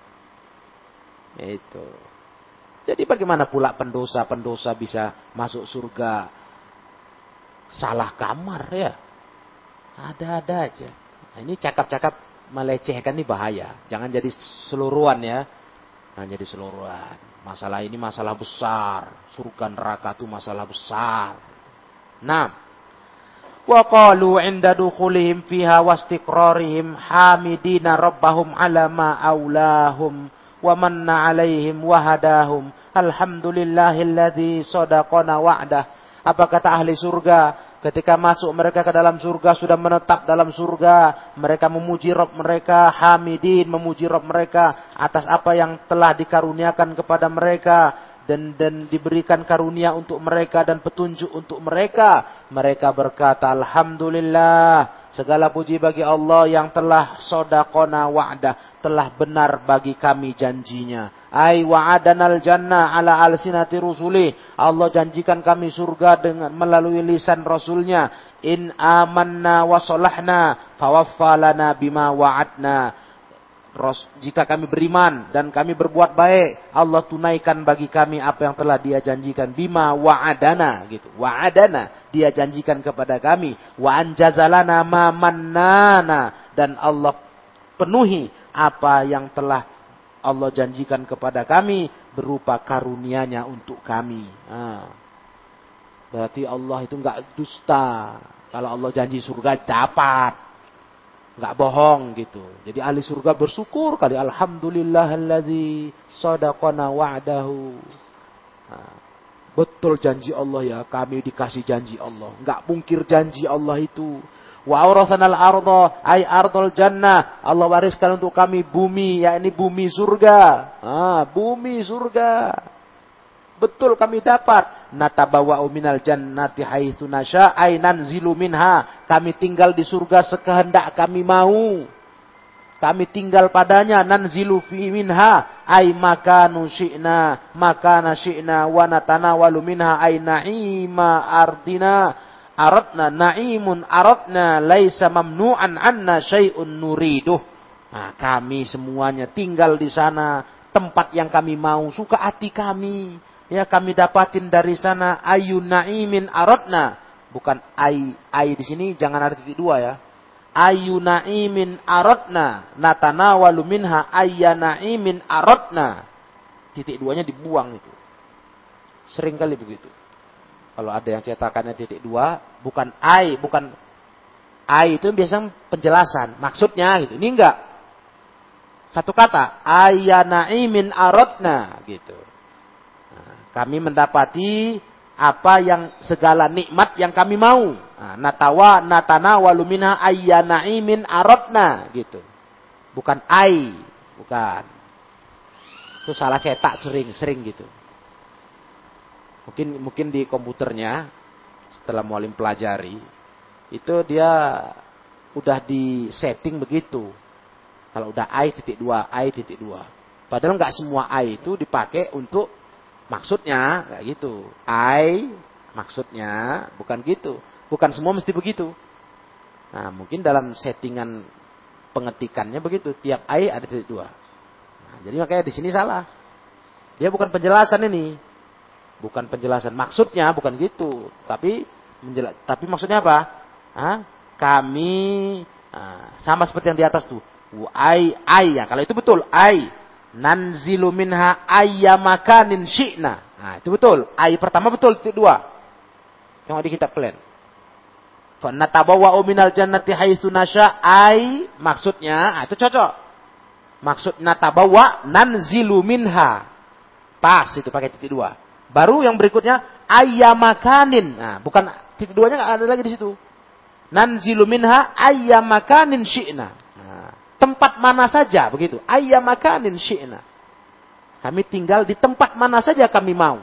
Itu. Jadi bagaimana pula pendosa-pendosa bisa masuk surga? Salah kamar ya. Ada-ada aja. Nah, ini cakap-cakap melecehkan ini bahaya. Jangan jadi seluruhan ya. Jangan jadi seluruhan. Masalah ini masalah besar. Surga neraka itu masalah besar. Nah. Wa qalu 'inda dukhulihim fiha wastiqrarihim hamidina rabbahum 'ala ma aulahum. Wa manna alaihim wa hadahum alhamdulillahilladzi sadaqana wa'dah. Apa kata ahli surga ketika masuk mereka ke dalam surga, sudah menetap dalam surga, mereka memuji Rabb mereka, hamidin, memuji Rabb mereka atas apa yang telah dikaruniakan kepada mereka dan dan diberikan karunia untuk mereka dan petunjuk untuk mereka. Mereka berkata alhamdulillah, segala puji bagi Allah yang telah sadaqana wa'dah, telah benar bagi kami janjinya. Ai wa'adanal jannah ala alsinati rusulih. Allah janjikan kami surga dengan melalui lisan rasulnya. In amanna wa salahna fawaffalana bima wa'adna. Jika kami beriman dan kami berbuat baik, Allah tunaikan bagi kami apa yang telah Dia janjikan. Bima wa'adana gitu. Wa'adana, Dia janjikan kepada kami. Wa anjazalana ma mannana, dan Allah penuhi apa yang telah Allah janjikan kepada kami berupa karunia-Nya untuk kami. Nah, berarti Allah itu enggak dusta. Kalau Allah janji surga dapat, enggak bohong gitu. Jadi ahli surga bersyukur kali, alhamdulillahilladzi sadaqana wa'dahu. Nah, betul janji Allah ya, kami dikasih janji Allah. Enggak mungkir janji Allah itu. Wa awrathanal arda ay ardul jannah. Allah wariskan untuk kami bumi, yakni bumi surga. Ah, bumi surga. Betul kami dapat. Natabawwa'u minal jannati haitsu nasya ay nanzilu minha. Kami tinggal di surga sekehendak kami mau. Kami tinggal padanya, nanzilu fi minha ay makanu syi'na makana syi'na wa natanawalu minha ay na'ima ardina aradna na'imun aradna laisa mamnu'an anna syai'un nuriduh. Nah, kami semuanya tinggal di sana, tempat yang kami mau, suka hati kami. Ya, kami dapatin dari sana ayu na'imin aradna. Bukan ay ay di sini jangan ada titik dua ya. Ayu na'imin aradna natanawalu minha ayya na'imin aradna. Titik duanya dibuang itu. Sering kali begitu. Kalau ada yang cetakannya titik dua, bukan ay, bukan ay itu biasanya penjelasan, maksudnya gitu. Ini enggak. Satu kata, ayya na'imin aradna gitu. Nah, kami mendapati apa yang segala nikmat yang kami mau. Nah, natawa natana waluminha ayya na'imin aradna gitu. Bukan ai, bukan. Itu salah cetak sering, sering gitu. Mungkin mungkin di komputernya setelah mualim pelajari itu dia udah di setting begitu. Kalau udah ai titik dua, ai titik dua. Padahal nggak semua ai itu dipakai untuk maksudnya kayak gitu. I maksudnya bukan gitu. Bukan semua mesti begitu. Nah, mungkin dalam settingan pengetikannya begitu. Tiap I ada titik dua. Nah, jadi makanya di sini salah. Dia bukan penjelasan ini. Bukan penjelasan. Maksudnya bukan gitu. Tapi menjela- tapi maksudnya apa? Hah? Kami nah, sama seperti yang di atas tuh. I, I ya. Kalau itu betul. I. Nanzilu minha ayyamakanin syi'na. Nah, itu betul. Ay pertama betul, titik dua. Tengok di kitab kalian. Fa natabawwa'u minal jannati haitsu nasya ay maksudnya, nah, itu cocok. Maksud natabawwa nanzilu minha. Pas itu pakai titik dua. Baru yang berikutnya ayyamakanin. Nah, bukan titik duanya enggak ada lagi di situ. Nanzilu minha ayyamakanin syi'na. Tempat mana saja begitu. Ayyamakanin syi'na. Kami tinggal di tempat mana saja kami mau.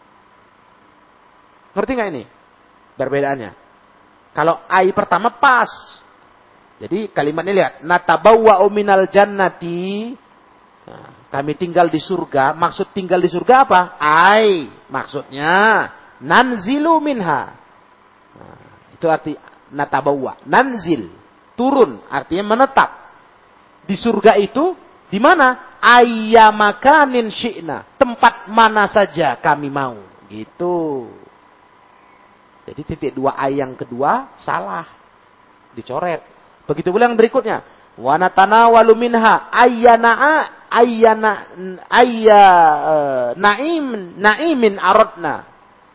Ngerti nggak ini? Perbedaannya. Kalau ay pertama pas. Jadi kalimatnya lihat. Natabawwa'u minal jannati. Nah, kami tinggal di surga. Maksud tinggal di surga apa? Ay. Maksudnya. Nanzilu minha. Nah, itu arti natabawwa. Nanzil. Turun. Artinya menetap. Di surga itu, di mana? Ayyamakanin syi'na. Tempat mana saja kami mau. Gitu. Jadi titik dua ay yang kedua salah. Dicoret. Begitu pula yang berikutnya. Wa natanawalu minha ayyana'a ayyana ayya na'im na'imin aradna.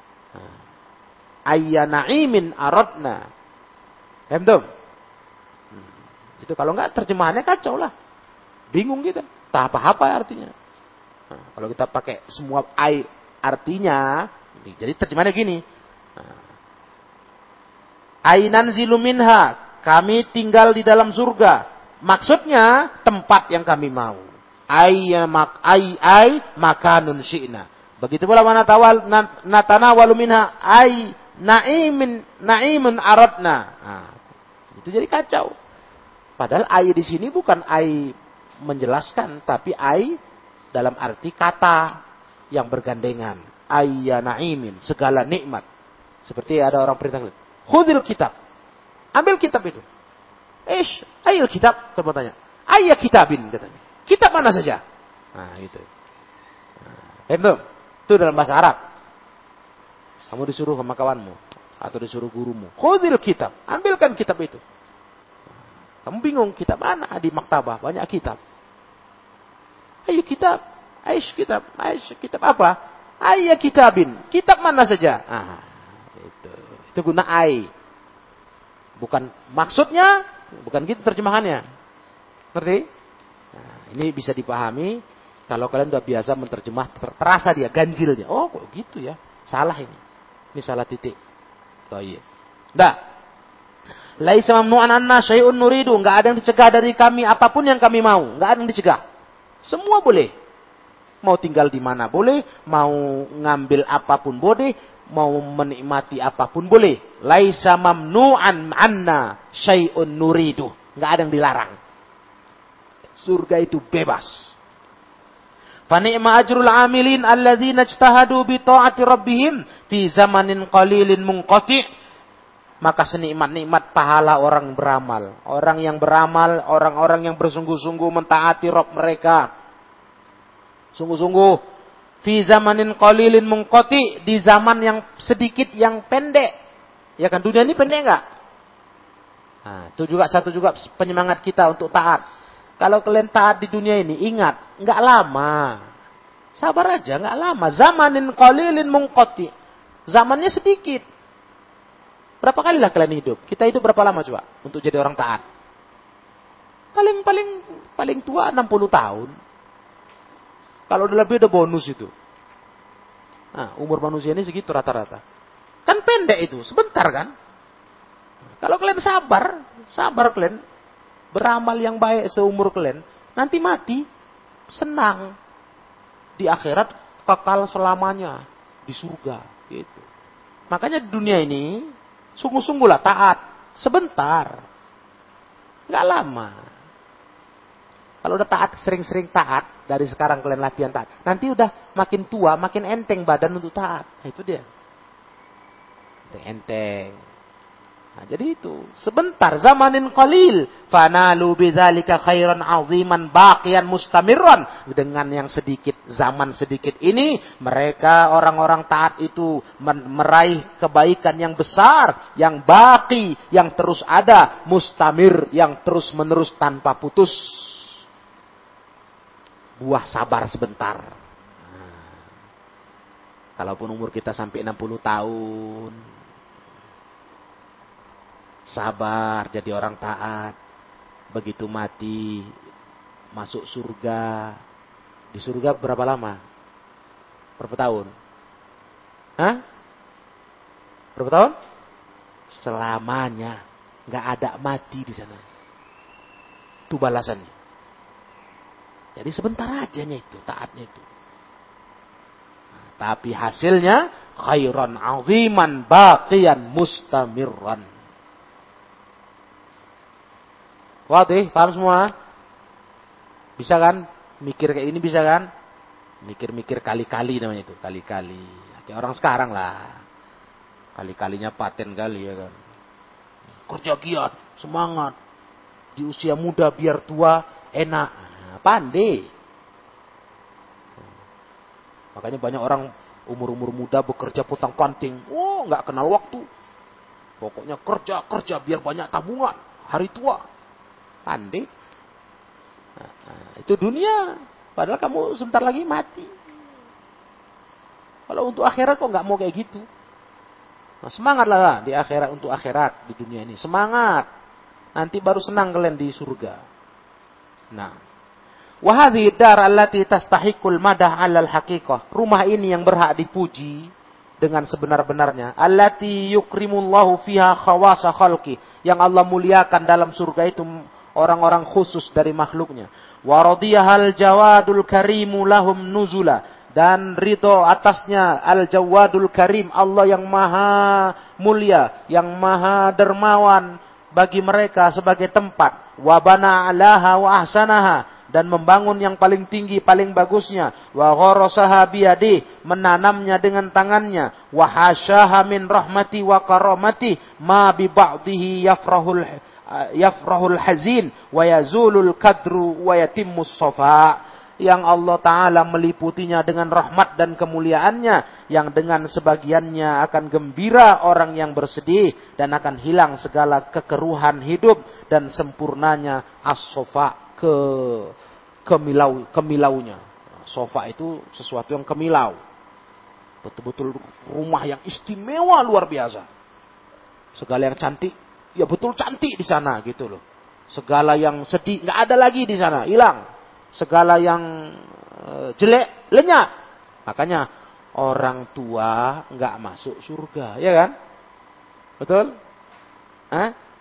Ayya na'imin aradna. Paham tuh? Itu kalau enggak terjemahannya kacau lah. Bingung kita. Tak apa-apa artinya. Nah, kalau kita pakai semua ay artinya, jadi terjemahannya gini. Ainan zilu minha. Kami tinggal di dalam surga. Maksudnya tempat yang kami mau. Ayyamak ay ay makanun syi'na. Begitu pula mana tawal natanawalu minha ay na'imin na'imun aradna. Nah, itu jadi kacau. Padahal ay di sini bukan ay menjelaskan, tapi ay dalam arti kata yang bergandengan. Ayya na'imin, segala nikmat. Seperti ada orang perintah, khudil kitab. Ambil kitab itu. Ish, ayil kitab, terbertanya. Ayya kitabin, katanya. Kitab mana saja? Nah, gitu. Nah, itu, itu dalam bahasa Arab. Kamu disuruh sama kawanmu, atau disuruh gurumu. Khudil kitab, ambilkan kitab itu. Kamu bingung, kitab mana? Di maktabah, banyak kitab. Ayo kitab. Aish kitab. Aish kitab apa? Ayya kitabin. Kitab mana saja? Ah, itu. Itu guna ay. Bukan maksudnya, bukan gitu terjemahannya. Ngerti? Nah, ini bisa dipahami kalau kalian sudah biasa menerjemah, terasa dia ganjilnya. Oh, kok gitu ya? Salah ini. Ini salah titik. Toyib. Nah, Laisa mamnu'an anna syai'un nuridu. Enggak ada yang dicegah dari kami apapun yang kami mau. Enggak ada yang dicegah. Semua boleh. Mau tinggal di mana boleh, mau ngambil apapun boleh, mau menikmati apapun boleh. Laisa mamnu'an anna syai'un nuridu. Enggak ada yang dilarang. Surga itu bebas. Fa ni'ma ajrul 'amilin alladzina ijtahadu bi ta'ati rabbihim fi zamanin qalilin munqati'. Maka senikmat-nikmat pahala orang beramal. Orang yang beramal, orang-orang yang bersungguh-sungguh mentaati Rabb mereka. Sungguh-sungguh. Fi zamanin qalilin munqati, di zaman yang sedikit yang pendek. Ya kan, dunia ini pendek enggak? Nah, itu juga satu juga penyemangat kita untuk taat. Kalau kalian taat di dunia ini, ingat, enggak lama. Sabar aja, enggak lama. Zamanin qalilin munqati. Zamannya sedikit. Berapa kali lah kalian hidup? Kita hidup berapa lama coba untuk jadi orang taat? Paling paling paling tua enam puluh tahun. Kalau udah lebih udah bonus itu. Nah, umur manusia ini segitu rata-rata. Kan pendek itu, sebentar kan? Kalau kalian sabar, sabar kalian beramal yang baik seumur kalian, nanti mati senang. Di akhirat kekal selamanya di surga gitu. Makanya di dunia ini sungguh-sungguhlah taat. Sebentar. Nggak lama. Kalau udah taat, sering-sering taat. Dari sekarang kalian latihan taat. Nanti udah makin tua, makin enteng badan untuk taat. Nah, itu dia. Enteng. Nah, jadi itu. Sebentar. Zamanin qalil. Fanalu bidzalika khairan aziman baqiyan mustamirran. Dengan yang sedikit, zaman sedikit ini, mereka orang-orang taat itu meraih kebaikan yang besar, yang baqi, yang terus ada, mustamir, yang terus menerus tanpa putus. Buah sabar sebentar. Nah, kalaupun umur kita sampai enam puluh tahun, sabar jadi orang taat. Begitu mati, masuk surga. Di surga berapa lama? Berapa tahun? Hah? Berapa tahun? Selamanya. Nggak ada mati di sana. Itu balasannya. Jadi sebentar ajanya itu, taatnya itu. Nah, tapi hasilnya khairan aziman baqiyan mustamirran. Waduh, paham semua? Bisa kan? Mikir kayak ini bisa kan? Mikir-mikir kali-kali namanya itu. Kali-kali. Kayak orang sekarang lah. Kali-kalinya paten kali ya kan. Kerja giat, semangat. Di usia muda biar tua, enak. Nah, pandai. Makanya banyak orang umur-umur muda bekerja putang-panting. Oh, nggak kenal waktu. Pokoknya kerja-kerja biar banyak tabungan. Hari tua. Pandai. Nah, nah, itu dunia. Padahal kamu sebentar lagi mati. Kalau untuk akhirat kok nggak mau kayak gitu. Nah, semangatlah di akhirat untuk akhirat di dunia ini. Semangat. Nanti baru senang kalian di surga. Nah, wahadhi dar allati tastahiqul madah 'alal haqiqah. Rumah ini yang berhak dipuji dengan sebenar-benarnya. Allati yukrimullahu fiha khawasa khalqi. Yang Allah muliakan dalam surga itu orang-orang khusus dari makhluknya. Wa radiyahal jawadul karimu lahum nuzula. Dan ridho atasnya al-jawadul karim. Allah yang maha mulia. Yang maha dermawan bagi mereka sebagai tempat. Wa bana alaha wa ahsanaha. Dan membangun yang paling tinggi, paling bagusnya. Wa gharasaha biyadih. Menanamnya dengan tangannya. Wa hasyaha min rahmati wa karamati. Ma bi ba'dihi yafrahul yafrahul hazin wa yazulul kadru wa yatimmus safa. Yang Allah Ta'ala meliputinya dengan rahmat dan kemuliaannya, yang dengan sebagiannya akan gembira orang yang bersedih, dan akan hilang segala kekeruhan hidup, dan sempurnanya as-sofa, ke kemilau kemilaunya. Sofa itu sesuatu yang kemilau, betul-betul rumah yang istimewa luar biasa. Segala yang cantik, ya betul cantik di sana gitu loh. Segala yang sedih nggak ada lagi di sana, hilang. Segala yang uh, jelek lenyap. Makanya orang tua nggak masuk surga, ya kan? Betul? Hah?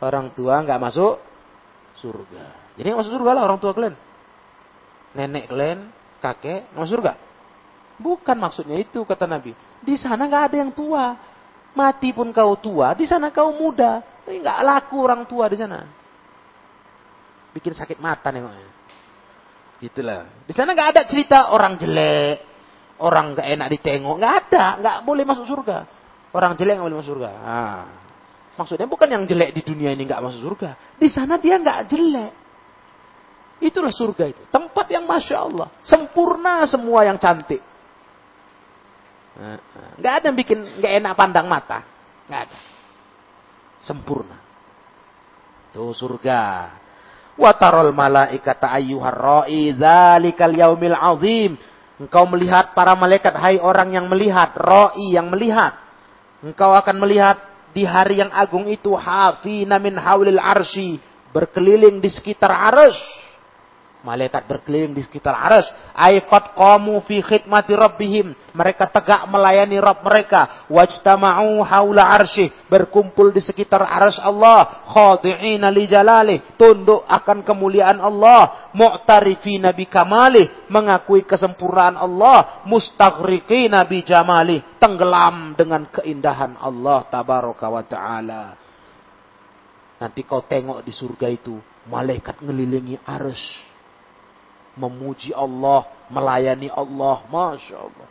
orang tua nggak masuk surga. Jadi nggak masuk surga lah orang tua kalian. Nenek kalian, kakek, nggak masuk surga. Bukan maksudnya itu kata Nabi. Di sana nggak ada yang tua. Mati pun kau tua, di sana kau muda. Nggak laku orang tua di sana. Bikin sakit mata nengoknya. Gitulah. Di sana nggak ada cerita orang jelek, orang nggak enak ditengok, nggak ada, nggak boleh masuk surga. Orang jelek nggak boleh masuk surga. Nah, maksudnya bukan yang jelek di dunia ini nggak masuk surga. Di sana dia nggak jelek. Itulah surga itu. Tempat yang masya Allah, sempurna semua yang cantik. Nggak ada yang bikin nggak enak pandang mata, nggak ada. Sempurna. Tuh surga. Wa taral malaikata ayyuhar ra'i dzalikal yaumil azim. Engkau melihat para malaikat, hai orang yang melihat, ra'i yang melihat. Engkau akan melihat di hari yang agung itu hafina min haulil arsy, berkeliling di sekitar arsy. Malaikat berkeliling di sekitar arsy. Ay qad qamu fi khidmati rabbihim. Mereka tegak melayani Rabb mereka. Wajtama'u haula arsy, berkumpul di sekitar arsy Allah. Khadi'ina li jalalih, tunduk akan kemuliaan Allah. Mu'tarifina bi kamalih, mengakui kesempurnaan Allah. Mustaghriqina bi jamalih, tenggelam dengan keindahan Allah tabaraka wa ta'ala. Nanti kau tengok di surga itu, malaikat ngelilingi arsy, memuji Allah, melayani Allah, masya Allah.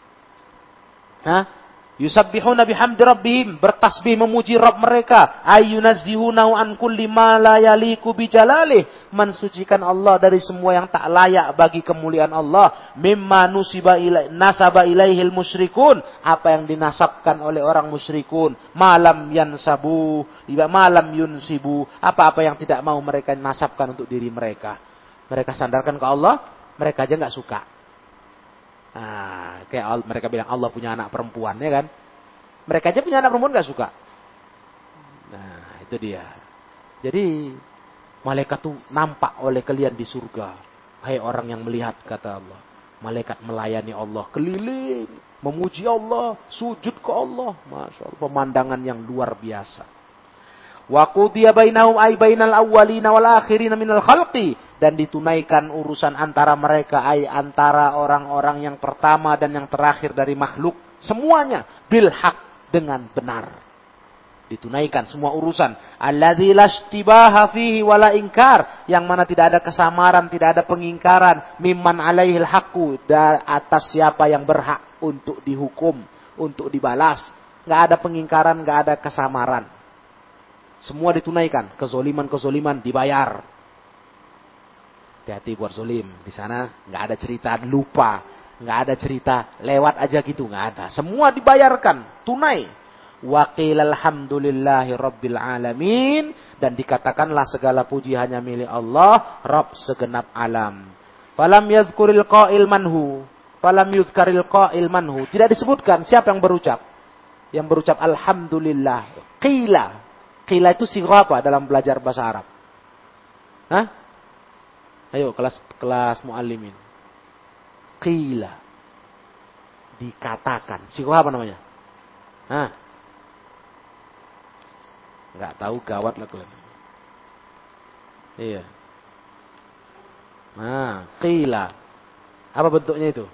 Hah? Yusabbihuna bihamdi rabbihim, bertasbih memuji Rabb mereka. Ayyunazzihunahu an kulli ma la yaliqu bijalalih, mensucikan Allah dari semua yang tak layak bagi kemuliaan Allah. Mimma nusiba ilai nasaba ilaihil musyrikun, apa yang dinasabkan oleh orang musyrikun. Malam yansabu, malam yunsibu, apa-apa yang tidak mau mereka nasabkan untuk diri mereka. Mereka sandarkan ke Allah, mereka aja nggak suka. Nah, kayak mereka bilang Allah punya anak perempuan, ya kan? Mereka aja punya anak perempuan nggak suka. Nah, itu dia. Jadi malaikat tuh nampak oleh kalian di surga. Hai orang yang melihat, kata Allah. Malaikat melayani Allah, keliling, memuji Allah, sujud ke Allah. Masya Allah, pemandangan yang luar biasa. Wa qudiya bainahum ay bainal awwalina wal akhirina minal khalqi, dan ditunaikan urusan antara mereka, ay antara orang-orang yang pertama dan yang terakhir dari makhluk, semuanya bil haq, dengan benar. Ditunaikan semua urusan. Alladzi lastibaha fihi wala inkar, yang mana tidak ada kesamaran, tidak ada pengingkaran. Mimman alaihil haqqu, atas siapa yang berhak untuk dihukum, untuk dibalas. Enggak ada pengingkaran, enggak ada kesamaran. Semua ditunaikan, kezoliman-kezoliman dibayar. Hati-hati buat zolim. Di sana nggak ada cerita lupa, nggak ada cerita lewat aja gitu, nggak ada. Semua dibayarkan, tunai. Wa qila alhamdulillahi rabbil alamin, dan dikatakanlah segala puji hanya milik Allah, Rabb segenap alam. Falam yadhkuril qa'il manhu, falam yudhkaril qa'il manhu. Tidak disebutkan siapa yang berucap. Yang berucap alhamdulillah. Qila. Qila itu sighah apa dalam belajar bahasa Arab? Hah? Ayo kelas kelas muallimin. Qila, dikatakan. Sighah apa namanya? Hah? Enggak tahu, gawat lah kalian. Iya. Nah, qila. Apa bentuknya itu?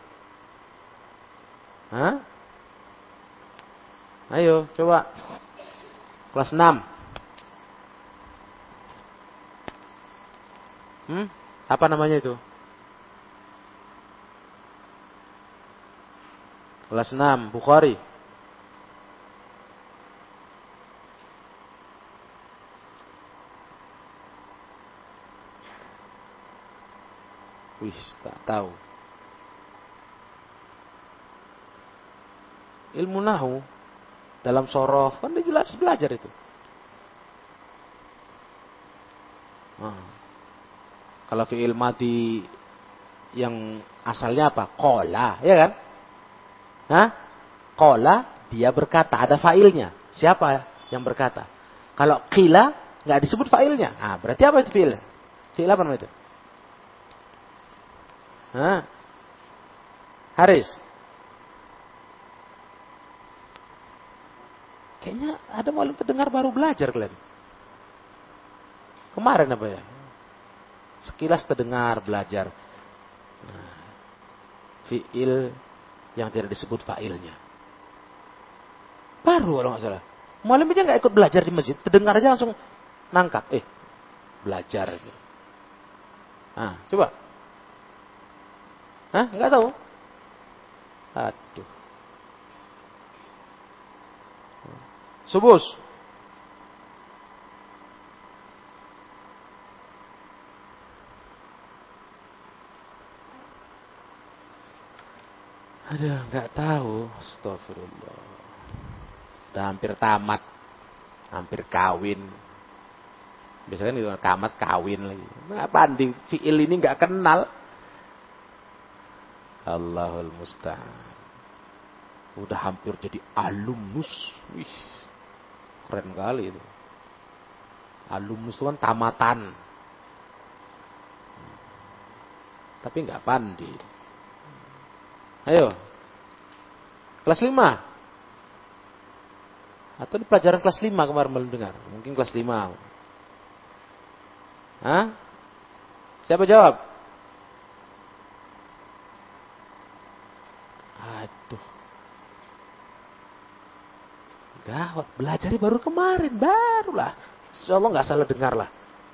Hah? Ayo, coba. Kelas enam. Hmm? Apa namanya itu? Kelas enam, Bukhari. Wih, tak tahu. Ilmu nahu dalam sorof kan dia jelas belajar itu. Nah. Kalau fi'il madi yang asalnya apa? Qala, ya kan? Hah? Qala, dia berkata, ada fa'ilnya. Siapa yang berkata? Kalau qila, nggak disebut fa'ilnya. Ah, berarti apa itu fi'il? Fi'il apa namanya itu? Hah? Haris. Kayaknya ada malu terdengar baru belajar kalian. Kemarin apa ya? Sekilas terdengar belajar. Nah, fi'il yang tidak disebut fa'ilnya. Baru kalau nggak salah. Mualim aja nggak ikut belajar di masjid. Terdengar aja langsung nangkap. Eh, belajar. Nah, coba. Hah? Nggak tahu? Aduh. Subus. Aduh, nggak tahu. Astagfirullah. Udah hampir tamat. Hampir kawin. Biasanya itu tamat kawin lagi. Nah, pandi fi'il ini nggak kenal. Allahul musta'an. Udah hampir jadi alumnus. Wih. Keren kali itu. Alumnus itu kan tamatan. Tapi nggak pandi. Ayo. Kelas lima. Atau di pelajaran kelas lima kemarin belum dengar. Mungkin kelas lima. Hah? Siapa jawab? Aduh. Gawat. Belajarnya baru kemarin. Barulah. Insyaallah nggak salah dengar lah.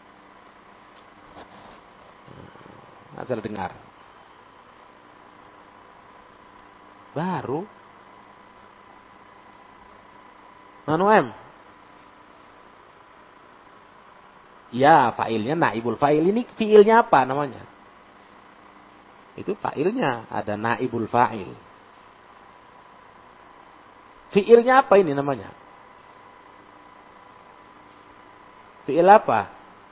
Nggak salah dengar. Baru. Manu M. Ya, fa'ilnya naibul fa'il. Ini fi'ilnya apa namanya? Itu fa'ilnya. Ada naibul fa'il. Fi'ilnya apa ini namanya? Fi'il apa?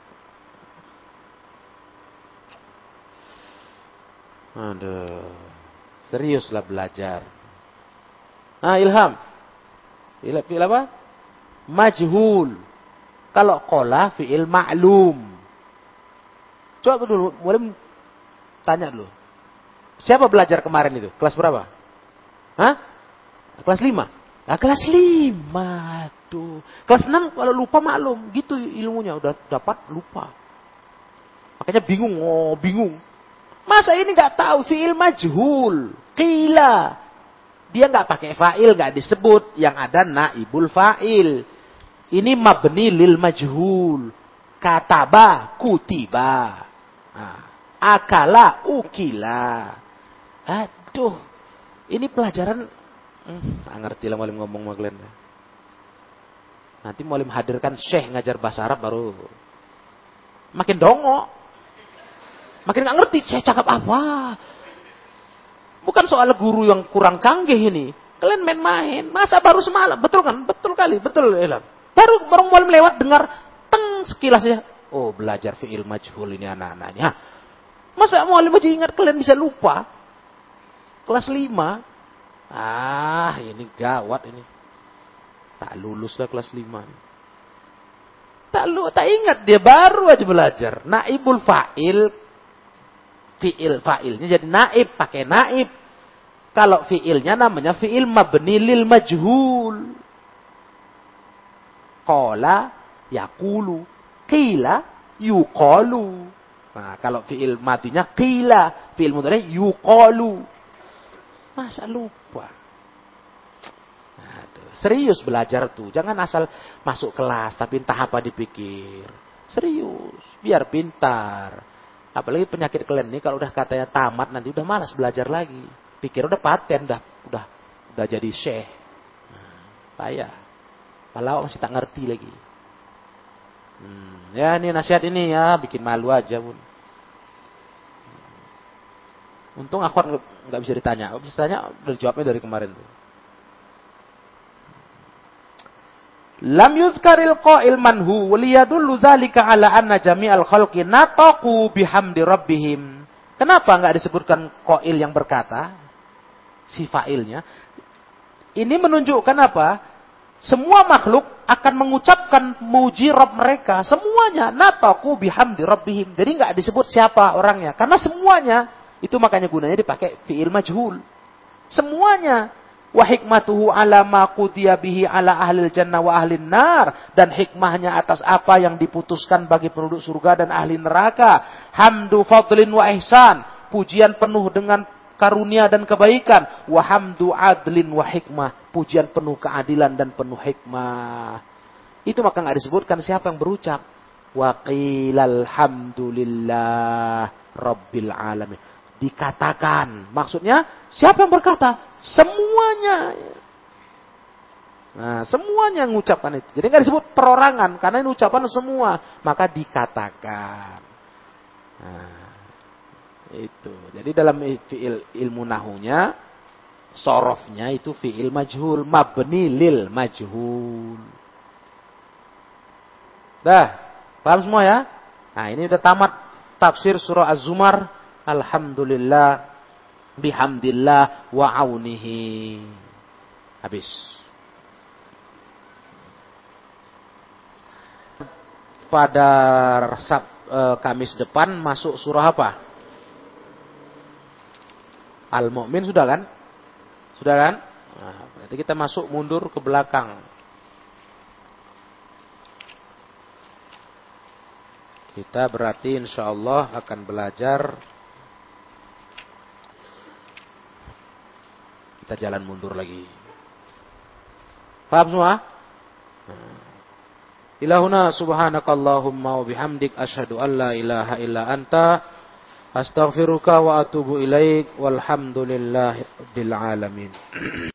Aduh. Seriuslah belajar. Ah, ilham. Fi'il, fi'il apa? Majhul. Kalau qala fi'il ma'lum. Coba dulu, boleh tanya dulu. Siapa belajar kemarin itu? Kelas berapa? Hah? Kelas lima. Nah, kelas lima tuh. Kelas enam kalau lupa maklum, gitu ilmunya udah dapat lupa. Makanya bingung, oh bingung. Masa ini nggak tahu fi'il majhul, qila. Dia nggak pakai fa'il, nggak disebut, yang ada naibul fa'il. Ini mabni lil majhul. Kataba, kutiba. Nah, akala, ukila. Aduh, ini pelajaran, hmm, nggak ngerti lah Mualim ngomong sama kalian. Nanti Mualim hadirkan syekh ngajar bahasa Arab baru makin dongok. Makin nggak ngerti saya cakap apa. Bukan soal guru yang kurang canggih ini. Kalian main-main. Masa baru semalam? Betul kan? Betul kali. Betul. Elam. Baru baru mulai lewat dengar. Teng sekilas ya. Oh belajar fi'il majhul ini anak-anaknya. Masa mulai aja ingat kalian bisa lupa? Kelas lima. Ah ini gawat ini. Tak lulus lah kelas lima. Tak, lu, tak ingat dia baru aja belajar. Naibul fa'il. Fi'il fa'ilnya jadi naib, pakai naib. Kalau fi'ilnya namanya fi'il mabni lil majhul. Qala yaqulu, qila yuqalu. Nah, kalau fi'il matinya qila, fi'il mudhari yuqalu. Masa lupa? Aduh, serius belajar tuh. Jangan asal masuk kelas tapi entah apa dipikir. Serius, biar pintar. Apalagi penyakit kalian ini kalau udah katanya tamat nanti udah malas belajar lagi. Pikir udah paten, udah udah udah jadi syekh. Nah, payah. Malah masih tak ngerti lagi. Hmm, ya ini nasihat ini ya bikin malu aja pun. Untung akhwat nggak bisa ditanya. Bisa ditanya udah jawabnya dari kemarin tuh. Lam yuzkaril qail manhu waliyadullu dzalika ala anna jami'al khalqi nataqu bihamdi rabbihim. Kenapa enggak disebutkan qail yang berkata si fa'ilnya? Ini menunjukkan apa? Semua makhluk akan mengucapkan muji Rabb mereka, semuanya nataqu bihamdi rabbihim. Jadi enggak disebut siapa orangnya karena semuanya itu makanya gunanya dipakai fi'il majhul. Semuanya Wa hikmatuhu ala ma qudiya bihi ala ahlil jannah wa ahlin nar. Dan hikmahnya atas apa yang diputuskan bagi penduduk surga dan ahli neraka. Hamdu fadlin wa ihsan. Pujian penuh dengan karunia dan kebaikan. Wa hamdu adlin wa hikmah. Pujian penuh keadilan dan penuh hikmah. Itu maka nggak disebutkan siapa yang berucap. Wa qilal hamdulillah rabbil alamin. Dikatakan. Maksudnya siapa yang berkata? Semuanya. Nah, semuanya yang mengucapkan itu. Jadi nggak disebut perorangan. Karena ini ucapan semua. Maka dikatakan. Nah, itu. Jadi dalam fi'il ilmu nahunya. Sorofnya itu fi'il majhul. Mabni lil majhul. Dah. Paham semua ya? Nah, ini udah tamat tafsir surah Az-Zumar. Alhamdulillah. Bihamdillah wa aunihi. Habis. Pada Sab, e, Kamis depan masuk surah apa? Al-Mu'min sudah kan? Sudah kan? Nah, berarti kita masuk mundur ke belakang. Kita berarti insyaallah akan belajar. Kita jalan mundur lagi. Paham semua? Ilahuna subhanakallahumma wa bihamdik asyhadu an la ilaha illa anta astaghfiruka wa atubu ilaik walhamdulillahi rabbil alamin.